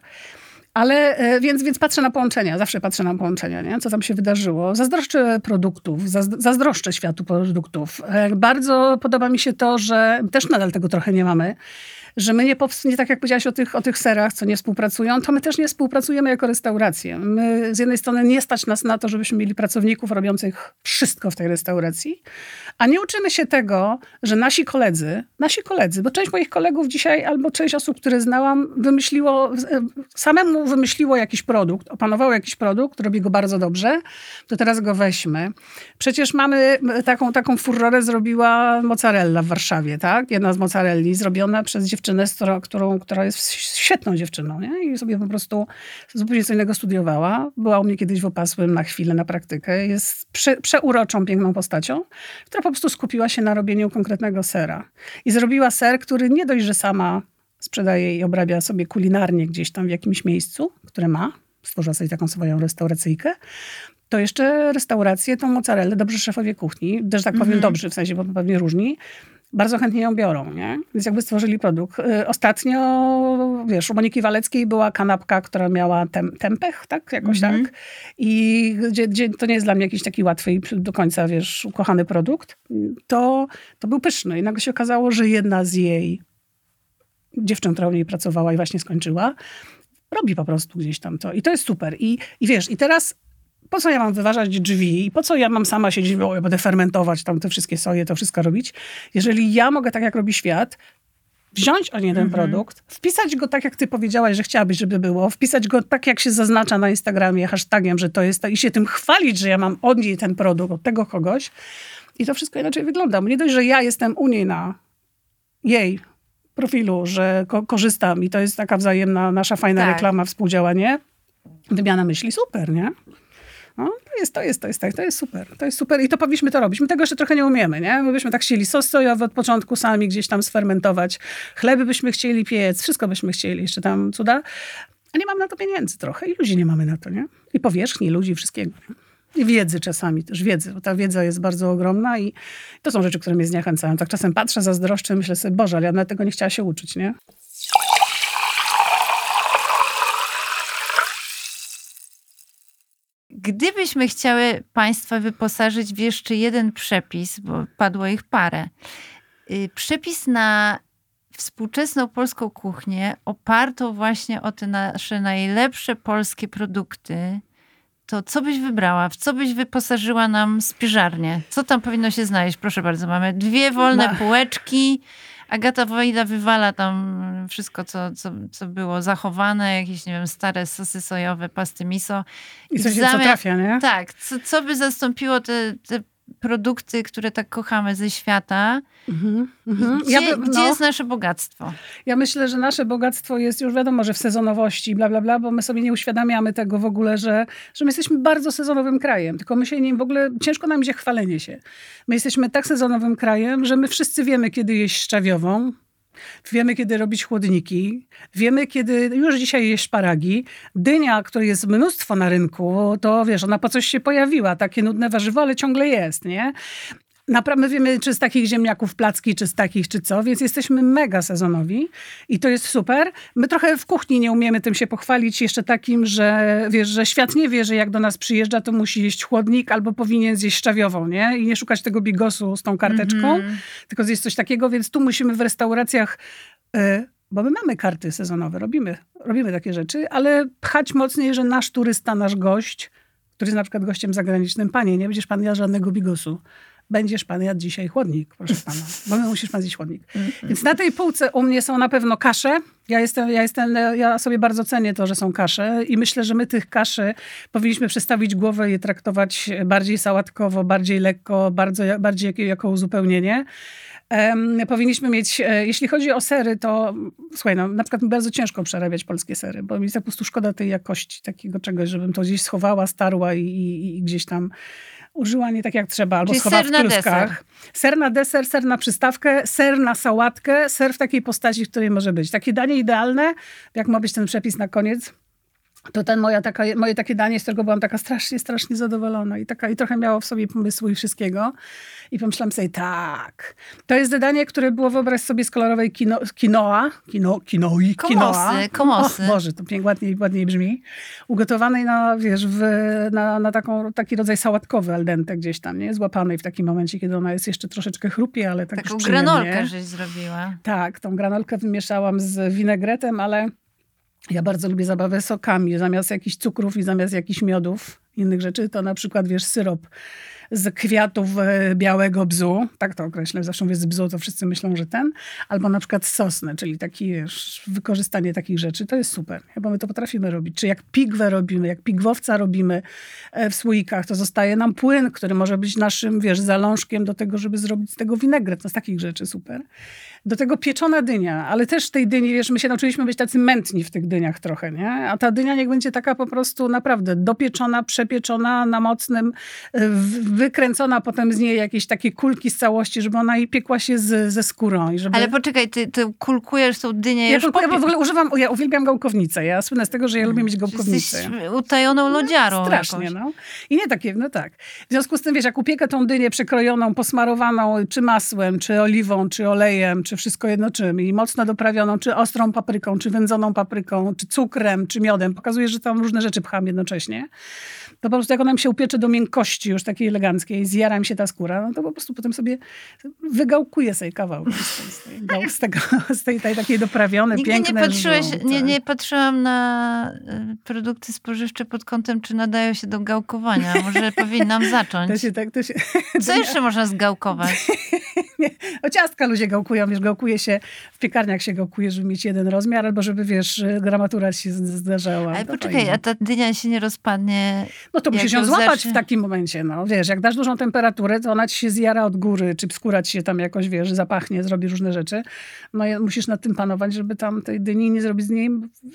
Ale, więc, więc patrzę na połączenia, zawsze patrzę na połączenia, nie? Co tam się wydarzyło. Zazdroszczę produktów, zazdroszczę światu produktów. Bardzo podoba mi się to, że też nadal tego trochę nie mamy, że my nie, nie tak jak powiedziałaś o tych, o tych serach, co nie współpracują, to my też nie współpracujemy jako restauracje. My z jednej strony nie stać nas na to, żebyśmy mieli pracowników robiących wszystko w tej restauracji, a nie uczymy się tego, że nasi koledzy, nasi koledzy, bo część moich kolegów dzisiaj, albo część osób, które znałam, wymyśliło, samemu wymyśliło jakiś produkt, opanowało jakiś produkt, robi go bardzo dobrze, to teraz go weźmy. Przecież mamy taką, taką furorę zrobiła mozzarella w Warszawie, tak? Jedna z mozzarelli zrobiona przez dziewczynę, którą, która jest świetną dziewczyną, nie? I sobie po prostu zupełnie co innego studiowała. Była u mnie kiedyś w Opasłym na chwilę, na praktykę. Jest prze, przeuroczą, piękną postacią, która po prostu skupiła się na robieniu konkretnego sera. I zrobiła ser, który nie dość, że sama sprzedaje i obrabia sobie kulinarnie gdzieś tam w jakimś miejscu, które ma. Stworzyła sobie taką swoją restauracyjkę. To jeszcze restaurację, tą mozzarellę, dobrzy szefowie kuchni, też tak powiem mm-hmm. dobrzy, w sensie, bo pewnie różni, bardzo chętnie ją biorą, nie? Więc jakby stworzyli produkt. Ostatnio, wiesz, u Moniki Waleckiej była kanapka, która miała tem, tempeh, tak? Jakoś mm-hmm. tak. I gdzie, gdzie to nie jest dla mnie jakiś taki łatwy i do końca, wiesz, ukochany produkt. To, to był pyszny. I nagle się okazało, że jedna z jej dziewczyn, która u niej pracowała i właśnie skończyła, robi po prostu gdzieś tam to. I to jest super. I, i wiesz, i teraz po co ja mam wyważać drzwi i po co ja mam sama siedzieć, o, ja będę fermentować tam te wszystkie soje, to wszystko robić, jeżeli ja mogę, tak jak robi świat, wziąć o nie ten mm-hmm. produkt, wpisać go tak, jak ty powiedziałaś, że chciałabyś, żeby było, wpisać go tak, jak się zaznacza na Instagramie hashtagiem, że to jest to i się tym chwalić, że ja mam od niej ten produkt, od tego kogoś i to wszystko inaczej wygląda. Bo nie dość, że ja jestem u niej na jej profilu, że ko- korzystam i to jest taka wzajemna nasza fajna tak. reklama, współdziałanie, wymiana myśli, super, nie? No, to jest, to jest, to jest, tak, to jest super. To jest super i to powinniśmy to robić. My tego jeszcze trochę nie umiemy, nie? My byśmy tak chcieli sos sojowy od początku sami gdzieś tam sfermentować. Chleby byśmy chcieli piec, wszystko byśmy chcieli, jeszcze tam cuda. A nie mamy na to pieniędzy trochę i ludzi nie mamy na to, nie? I powierzchni, ludzi, wszystkiego, nie? I wiedzy czasami też, wiedzy, bo ta wiedza jest bardzo ogromna i to są rzeczy, które mnie zniechęcają. Tak czasem patrzę, zazdroszczę, myślę sobie, Boże, ale ja na tego nie chciała się uczyć, nie? Gdybyśmy chciały Państwa wyposażyć w jeszcze jeden przepis, bo padło ich parę. Przepis na współczesną polską kuchnię opartą właśnie o te nasze najlepsze polskie produkty, to co byś wybrała? W co byś wyposażyła nam spiżarnię? Co tam powinno się znaleźć? Proszę bardzo, mamy dwie wolne Ma. półeczki. Agata Wojda wywala tam wszystko, co, co, co było zachowane, jakieś, nie wiem, stare sosy sojowe, pasty miso. I coś, zamiast, co trafia, nie? Tak, co, co by zastąpiło te, te produkty, które tak kochamy ze świata. Mm-hmm, mm-hmm. Gdzie, ja by, no, gdzie jest nasze bogactwo? Ja myślę, że nasze bogactwo jest już wiadomo, że w sezonowości, bla, bla, bla, bo my sobie nie uświadamiamy tego w ogóle, że, że my jesteśmy bardzo sezonowym krajem. Tylko my się nie, w ogóle ciężko nam idzie chwalenie się. My jesteśmy tak sezonowym krajem, że my wszyscy wiemy, kiedy jeść szczawiową. Wiemy, kiedy robić chłodniki. Wiemy, kiedy już dzisiaj jeść szparagi. Dynia, której jest mnóstwo na rynku, to wiesz, ona po coś się pojawiła. Takie nudne warzywo, ale ciągle jest, nie? Naprawdę wiemy, czy z takich ziemniaków placki, czy z takich, czy co, więc jesteśmy mega sezonowi i to jest super. My trochę w kuchni nie umiemy tym się pochwalić jeszcze takim, że wiesz, że świat nie wie, że jak do nas przyjeżdża, to musi jeść chłodnik albo powinien zjeść szczawiową, nie? I nie szukać tego bigosu z tą karteczką, mm-hmm. tylko zjeść coś takiego, więc tu musimy w restauracjach, yy, bo my mamy karty sezonowe, robimy, robimy takie rzeczy, ale pchać mocniej, że nasz turysta, nasz gość, który jest na przykład gościem zagranicznym, panie, nie będziesz pan jadł żadnego bigosu. Będziesz pan jadł dzisiaj chłodnik, proszę pana. Bo musisz pan zjeść chłodnik. Więc na tej półce u mnie są na pewno kasze. Ja jestem, ja jestem, ja sobie bardzo cenię to, że są kasze i myślę, że my tych kaszy powinniśmy przestawić głowę i je traktować bardziej sałatkowo, bardziej lekko, bardzo, bardziej jako uzupełnienie. Um, powinniśmy mieć, jeśli chodzi o sery, to słuchaj, no, na przykład mi bardzo ciężko przerabiać polskie sery, bo mi jest po prostu szkoda tej jakości, takiego czegoś, żebym to gdzieś schowała, starła i, i, i gdzieś tam użyła nie tak jak trzeba, albo czyli schowała ser w kluskach. Deser. Ser na deser, ser na przystawkę, ser na sałatkę, ser w takiej postaci, w której może być. Takie danie idealne, jak ma być ten przepis na koniec, to ten moja taka, moje takie danie, z którego byłam taka strasznie, strasznie zadowolona i, taka, i trochę miało w sobie pomysłu i wszystkiego. I pomyślałam sobie, tak, to jest danie, które było, wyobraź sobie, z kolorowej kino, quinoa, kino, kinoi, komosy, komosy. O Boże, to pięknie, ładniej, ładniej brzmi. Ugotowanej na, wiesz, w, na, na taką, taki rodzaj sałatkowy al dente gdzieś tam, nie? Złapanej w takim momencie, kiedy ona jest jeszcze troszeczkę chrupie, ale tak taką już granolkę żeś zrobiła. Tak, tą granolkę wymieszałam z winegretem, ale ja bardzo lubię zabawę sokami. Zamiast jakichś cukrów i zamiast jakichś miodów, innych rzeczy, to na przykład, wiesz, syrop z kwiatów białego bzu. Tak to określę. Zawsze mówię z bzu, to wszyscy myślą, że ten. Albo na przykład sosny, czyli taki, wiesz, wykorzystanie takich rzeczy. To jest super, bo my to potrafimy robić. Czy jak pigwę robimy, jak pigwowca robimy w słoikach, to zostaje nam płyn, który może być naszym, wiesz, zalążkiem do tego, żeby zrobić z tego winegret. No z takich rzeczy super. Do tego pieczona dynia, ale też tej dyni, wiesz, my się nauczyliśmy być tacy mętni w tych dyniach trochę, nie? A ta dynia niech będzie taka po prostu naprawdę dopieczona, przepieczona na mocnym, w, wykręcona potem z niej jakieś takie kulki z całości, żeby ona i piekła się z, ze skórą. I żeby... Ale poczekaj, ty, ty kulkujesz tą dynię Ja, już kulkuję, po... bo w ogóle używam, ja uwielbiam gałkownicę. Ja słynę z tego, że ja lubię mieć gałkownicę. Jesteś utajoną lodziarą. No, strasznie, jakąś. no. I nie takie, no tak. W związku z tym, wiesz, jak upiekę tą dynię przekrojoną, posmarowaną, czy masłem, czy oliwą, czy olejem, czy wszystko jedno czym, i mocno doprawioną, czy ostrą papryką, czy wędzoną papryką, czy cukrem, czy miodem, pokazuje, że tam różne rzeczy pcham jednocześnie, to po prostu jak ona mi się upiecze do miękkości już takiej eleganckiej, zjara mi się ta skóra, no to po prostu potem sobie wygałkuję sobie kawałki z tej, z tej, gał- z tego, z tej, tej takiej doprawione, Nigdy piękne nie patrzyłeś, żółte. nie, nie patrzyłam na y, produkty spożywcze pod kątem, czy nadają się do gałkowania. Może powinnam zacząć. To się tak, to się, Co jeszcze można zgałkować? nie. O, ciastka ludzie gałkują, wiesz, gałkuje się, w piekarniach się gałkuje, żeby mieć jeden rozmiar, albo żeby, wiesz, gramatura się z- zdarzała. Ale To poczekaj, fajnie. a ta dynia się nie rozpadnie. No to jak musisz ją ją złapać zacznie- w takim momencie, no. Wiesz, jak dasz dużą temperaturę, to ona ci się zjara od góry, czy skóra ci się tam jakoś, wiesz, zapachnie, zrobi różne rzeczy. No i musisz nad tym panować, żeby tam tej dyni nie zrobić z niej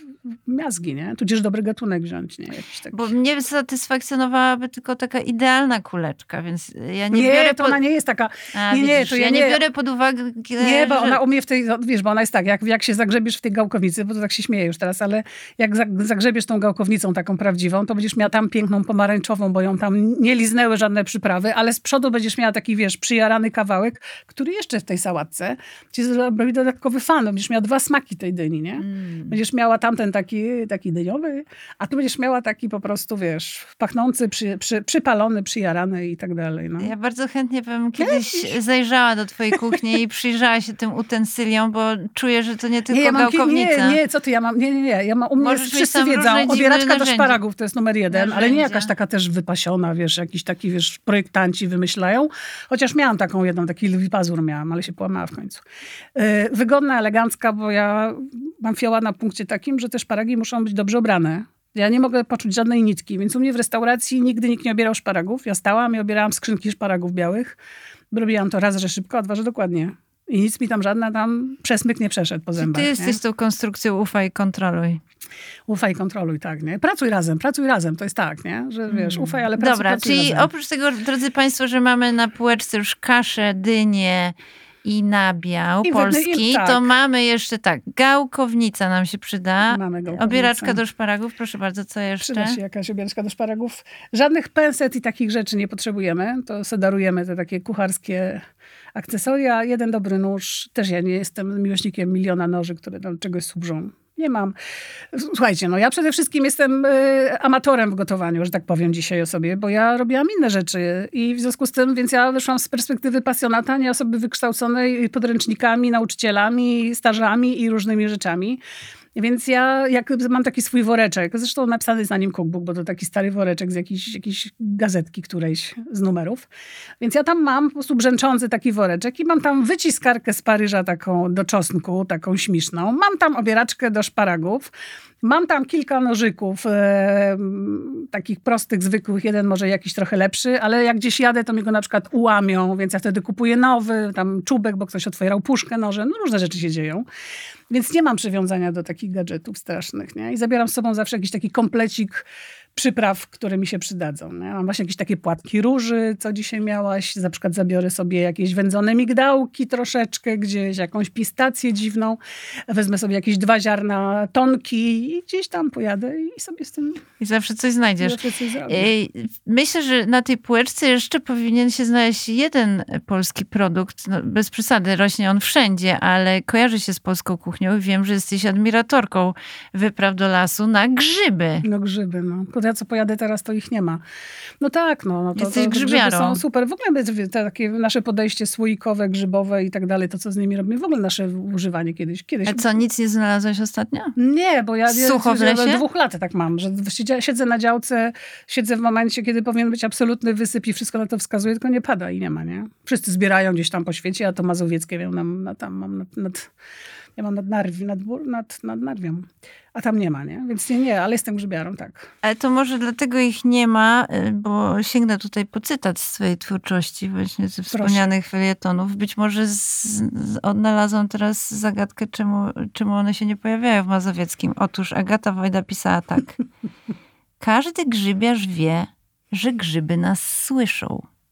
miazgi, nie? Tudzież dobry gatunek wziąć, nie? Jakiś taki... Bo mnie satysfakcjonowałaby tylko taka idealna kuleczka, więc ja nie, Nie, biorę to pod... ona nie jest taka... A, nie, nie, widzisz, to ja ja nie nie- biorę pod uwagę, Nie, bo że... ona umie w tej, no, wiesz, bo ona jest tak, jak, jak się zagrzebiesz w tej gałkownicy, bo to tak się śmieje już teraz, ale jak za- zagrzebiesz tą gałkownicą taką prawdziwą, to będziesz miała tam piękną pomarańczową, bo ją tam nie liznęły żadne przyprawy, ale z przodu będziesz miała taki, wiesz, przyjarany kawałek, który jeszcze w tej sałatce ci zrobi dodatkowy fan. Będziesz miała dwa smaki tej dyni, nie? Mm. Będziesz miała tamten taki, taki dyniowy, a tu będziesz miała taki po prostu, wiesz, pachnący, przy, przy, przypalony, przyjarany i tak dalej, no. Ja bardzo chętnie bym kiedyś zajrzała do twojej kuchni i przyjrzała się tym utensyliom, bo czuję, że to nie tylko Nie, ja mam, ki- gałkownica. nie, nie, co ty, ja mam, nie, nie, nie, ja mam, u mnie Możesz mieć wszyscy tam wiedzą, różne dziwne obieraczka do narzędzia. szparagów to jest numer jeden, ale nie Narzędzia. jakaś taka też wypasiona, wiesz, jakiś taki, wiesz, projektanci wymyślają, chociaż miałam taką jedną, taki lwi pazur miałam, ale się połamała w końcu. Yy, wygodna, elegancka, bo ja mam fioła na punkcie takim, że te szparagi muszą być dobrze obrane. Ja nie mogę poczuć żadnej nitki, więc u mnie w restauracji nigdy nikt nie obierał szparagów. Ja stałam i obierałam skrzynki szparagów białych. Robiłam to raz, że szybko, a dwa, że dokładnie. I nic mi tam żadna tam przesmyk nie przeszedł po Ty zębach. jesteś nie? tą konstrukcją ufaj i kontroluj. Ufaj i kontroluj, tak, nie? Pracuj razem, pracuj razem, to jest tak, nie? Że wiesz, ufaj, ale pracuj, Dobra, pracuj czyli razem. oprócz tego, drodzy państwo, że mamy na półeczce już kaszę, dynię i nabiał I wy- polski, i- tak. to mamy jeszcze tak, gałkownica nam się przyda, Mamy gałkownicę. obieraczka do szparagów, proszę bardzo, co jeszcze? Przyda się jakaś obieraczka do szparagów. Żadnych penset i takich rzeczy nie potrzebujemy. To sedarujemy te takie kucharskie akcesoria. Jeden dobry nóż. Też ja nie jestem miłośnikiem miliona noży, które tam czegoś służą. Nie mam. Słuchajcie, no ja przede wszystkim jestem y, amatorem w gotowaniu, że tak powiem dzisiaj o sobie, bo ja robiłam inne rzeczy i w związku z tym, więc ja wyszłam z perspektywy pasjonata, nie osoby wykształconej podręcznikami, nauczycielami, stażami i różnymi rzeczami. Więc ja jak mam taki swój woreczek, zresztą napisany jest na nim cookbook, bo to taki stary woreczek z jakiejś, jakiejś gazetki którejś z numerów. Więc ja tam mam po prostu brzęczący taki woreczek i mam tam wyciskarkę z Paryża taką do czosnku, taką śmiszną. Mam tam obieraczkę do szparagów. Mam tam kilka nożyków, e, takich prostych, zwykłych. Jeden może jakiś trochę lepszy, ale jak gdzieś jadę, to mi go na przykład ułamią, więc ja wtedy kupuję nowy, tam czubek, bo ktoś otwierał puszkę noże. No różne rzeczy się dzieją. Więc nie mam przywiązania do takich gadżetów strasznych, nie? I zabieram z sobą zawsze jakiś taki komplecik przypraw, które mi się przydadzą. Nie? Mam właśnie jakieś takie płatki róży, co dzisiaj miałaś. Na przykład zabiorę sobie jakieś wędzone migdałki troszeczkę gdzieś, jakąś pistację dziwną. Wezmę sobie jakieś dwa ziarna tonki i gdzieś tam pojadę i sobie z tym I zawsze coś znajdziesz. zawsze coś zrobię. Ej, Myślę, że na tej półeczce jeszcze powinien się znaleźć jeden polski produkt. No, bez przesady, rośnie on wszędzie, ale kojarzy się z polską kuchnią i wiem, że jesteś admiratorką wypraw do lasu na grzyby. No grzyby, no. Ja co pojadę teraz, to ich nie ma. No tak, no. no to, Jesteś to grzyby grzybiarą. są super. W ogóle te takie nasze podejście słoikowe, grzybowe i tak dalej, to co z nimi robimy, w ogóle nasze używanie kiedyś. kiedyś A co, nic nie znalazłeś ostatnio? Nie, bo ja Sucho w ja, lesie? dwóch lat tak mam, że siedzę, siedzę na działce, siedzę w momencie, kiedy powinien być absolutny wysyp i wszystko na to wskazuje, tylko nie pada i nie ma, nie? Wszyscy zbierają gdzieś tam po świecie, a to mazowieckie wiem, na, na, tam mam nad, nad, ja mam nad, narwi, nad, nad, nad Narwią, a tam nie ma, nie? Więc nie, nie, ale jestem grzybiarą, tak. Ale to może dlatego ich nie ma, y, bo sięgnę tutaj po cytat z twojej twórczości, właśnie ze wspomnianych felietonów. Być może z, z, odnalazłam teraz zagadkę, czemu, czemu one się nie pojawiają w Mazowieckim. Otóż Agata Wojda pisała tak. Każdy grzybiarz wie, że grzyby nas słyszą.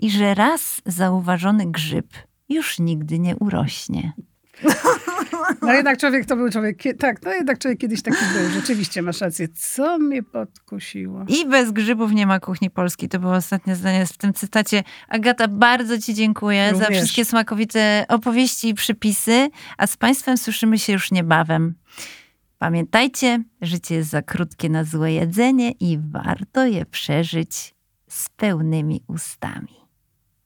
i że raz zauważony grzyb już nigdy nie urośnie. No jednak człowiek to był człowiek, tak, no jednak człowiek kiedyś taki był. Rzeczywiście masz rację. Co mnie podkusiło? I bez grzybów nie ma kuchni polskiej. To było ostatnie zdanie w tym cytacie. Agata, bardzo ci dziękuję Również. za wszystkie smakowite opowieści i przypisy, a z państwem słyszymy się już niebawem. Pamiętajcie, życie jest za krótkie na złe jedzenie i warto je przeżyć z pełnymi ustami.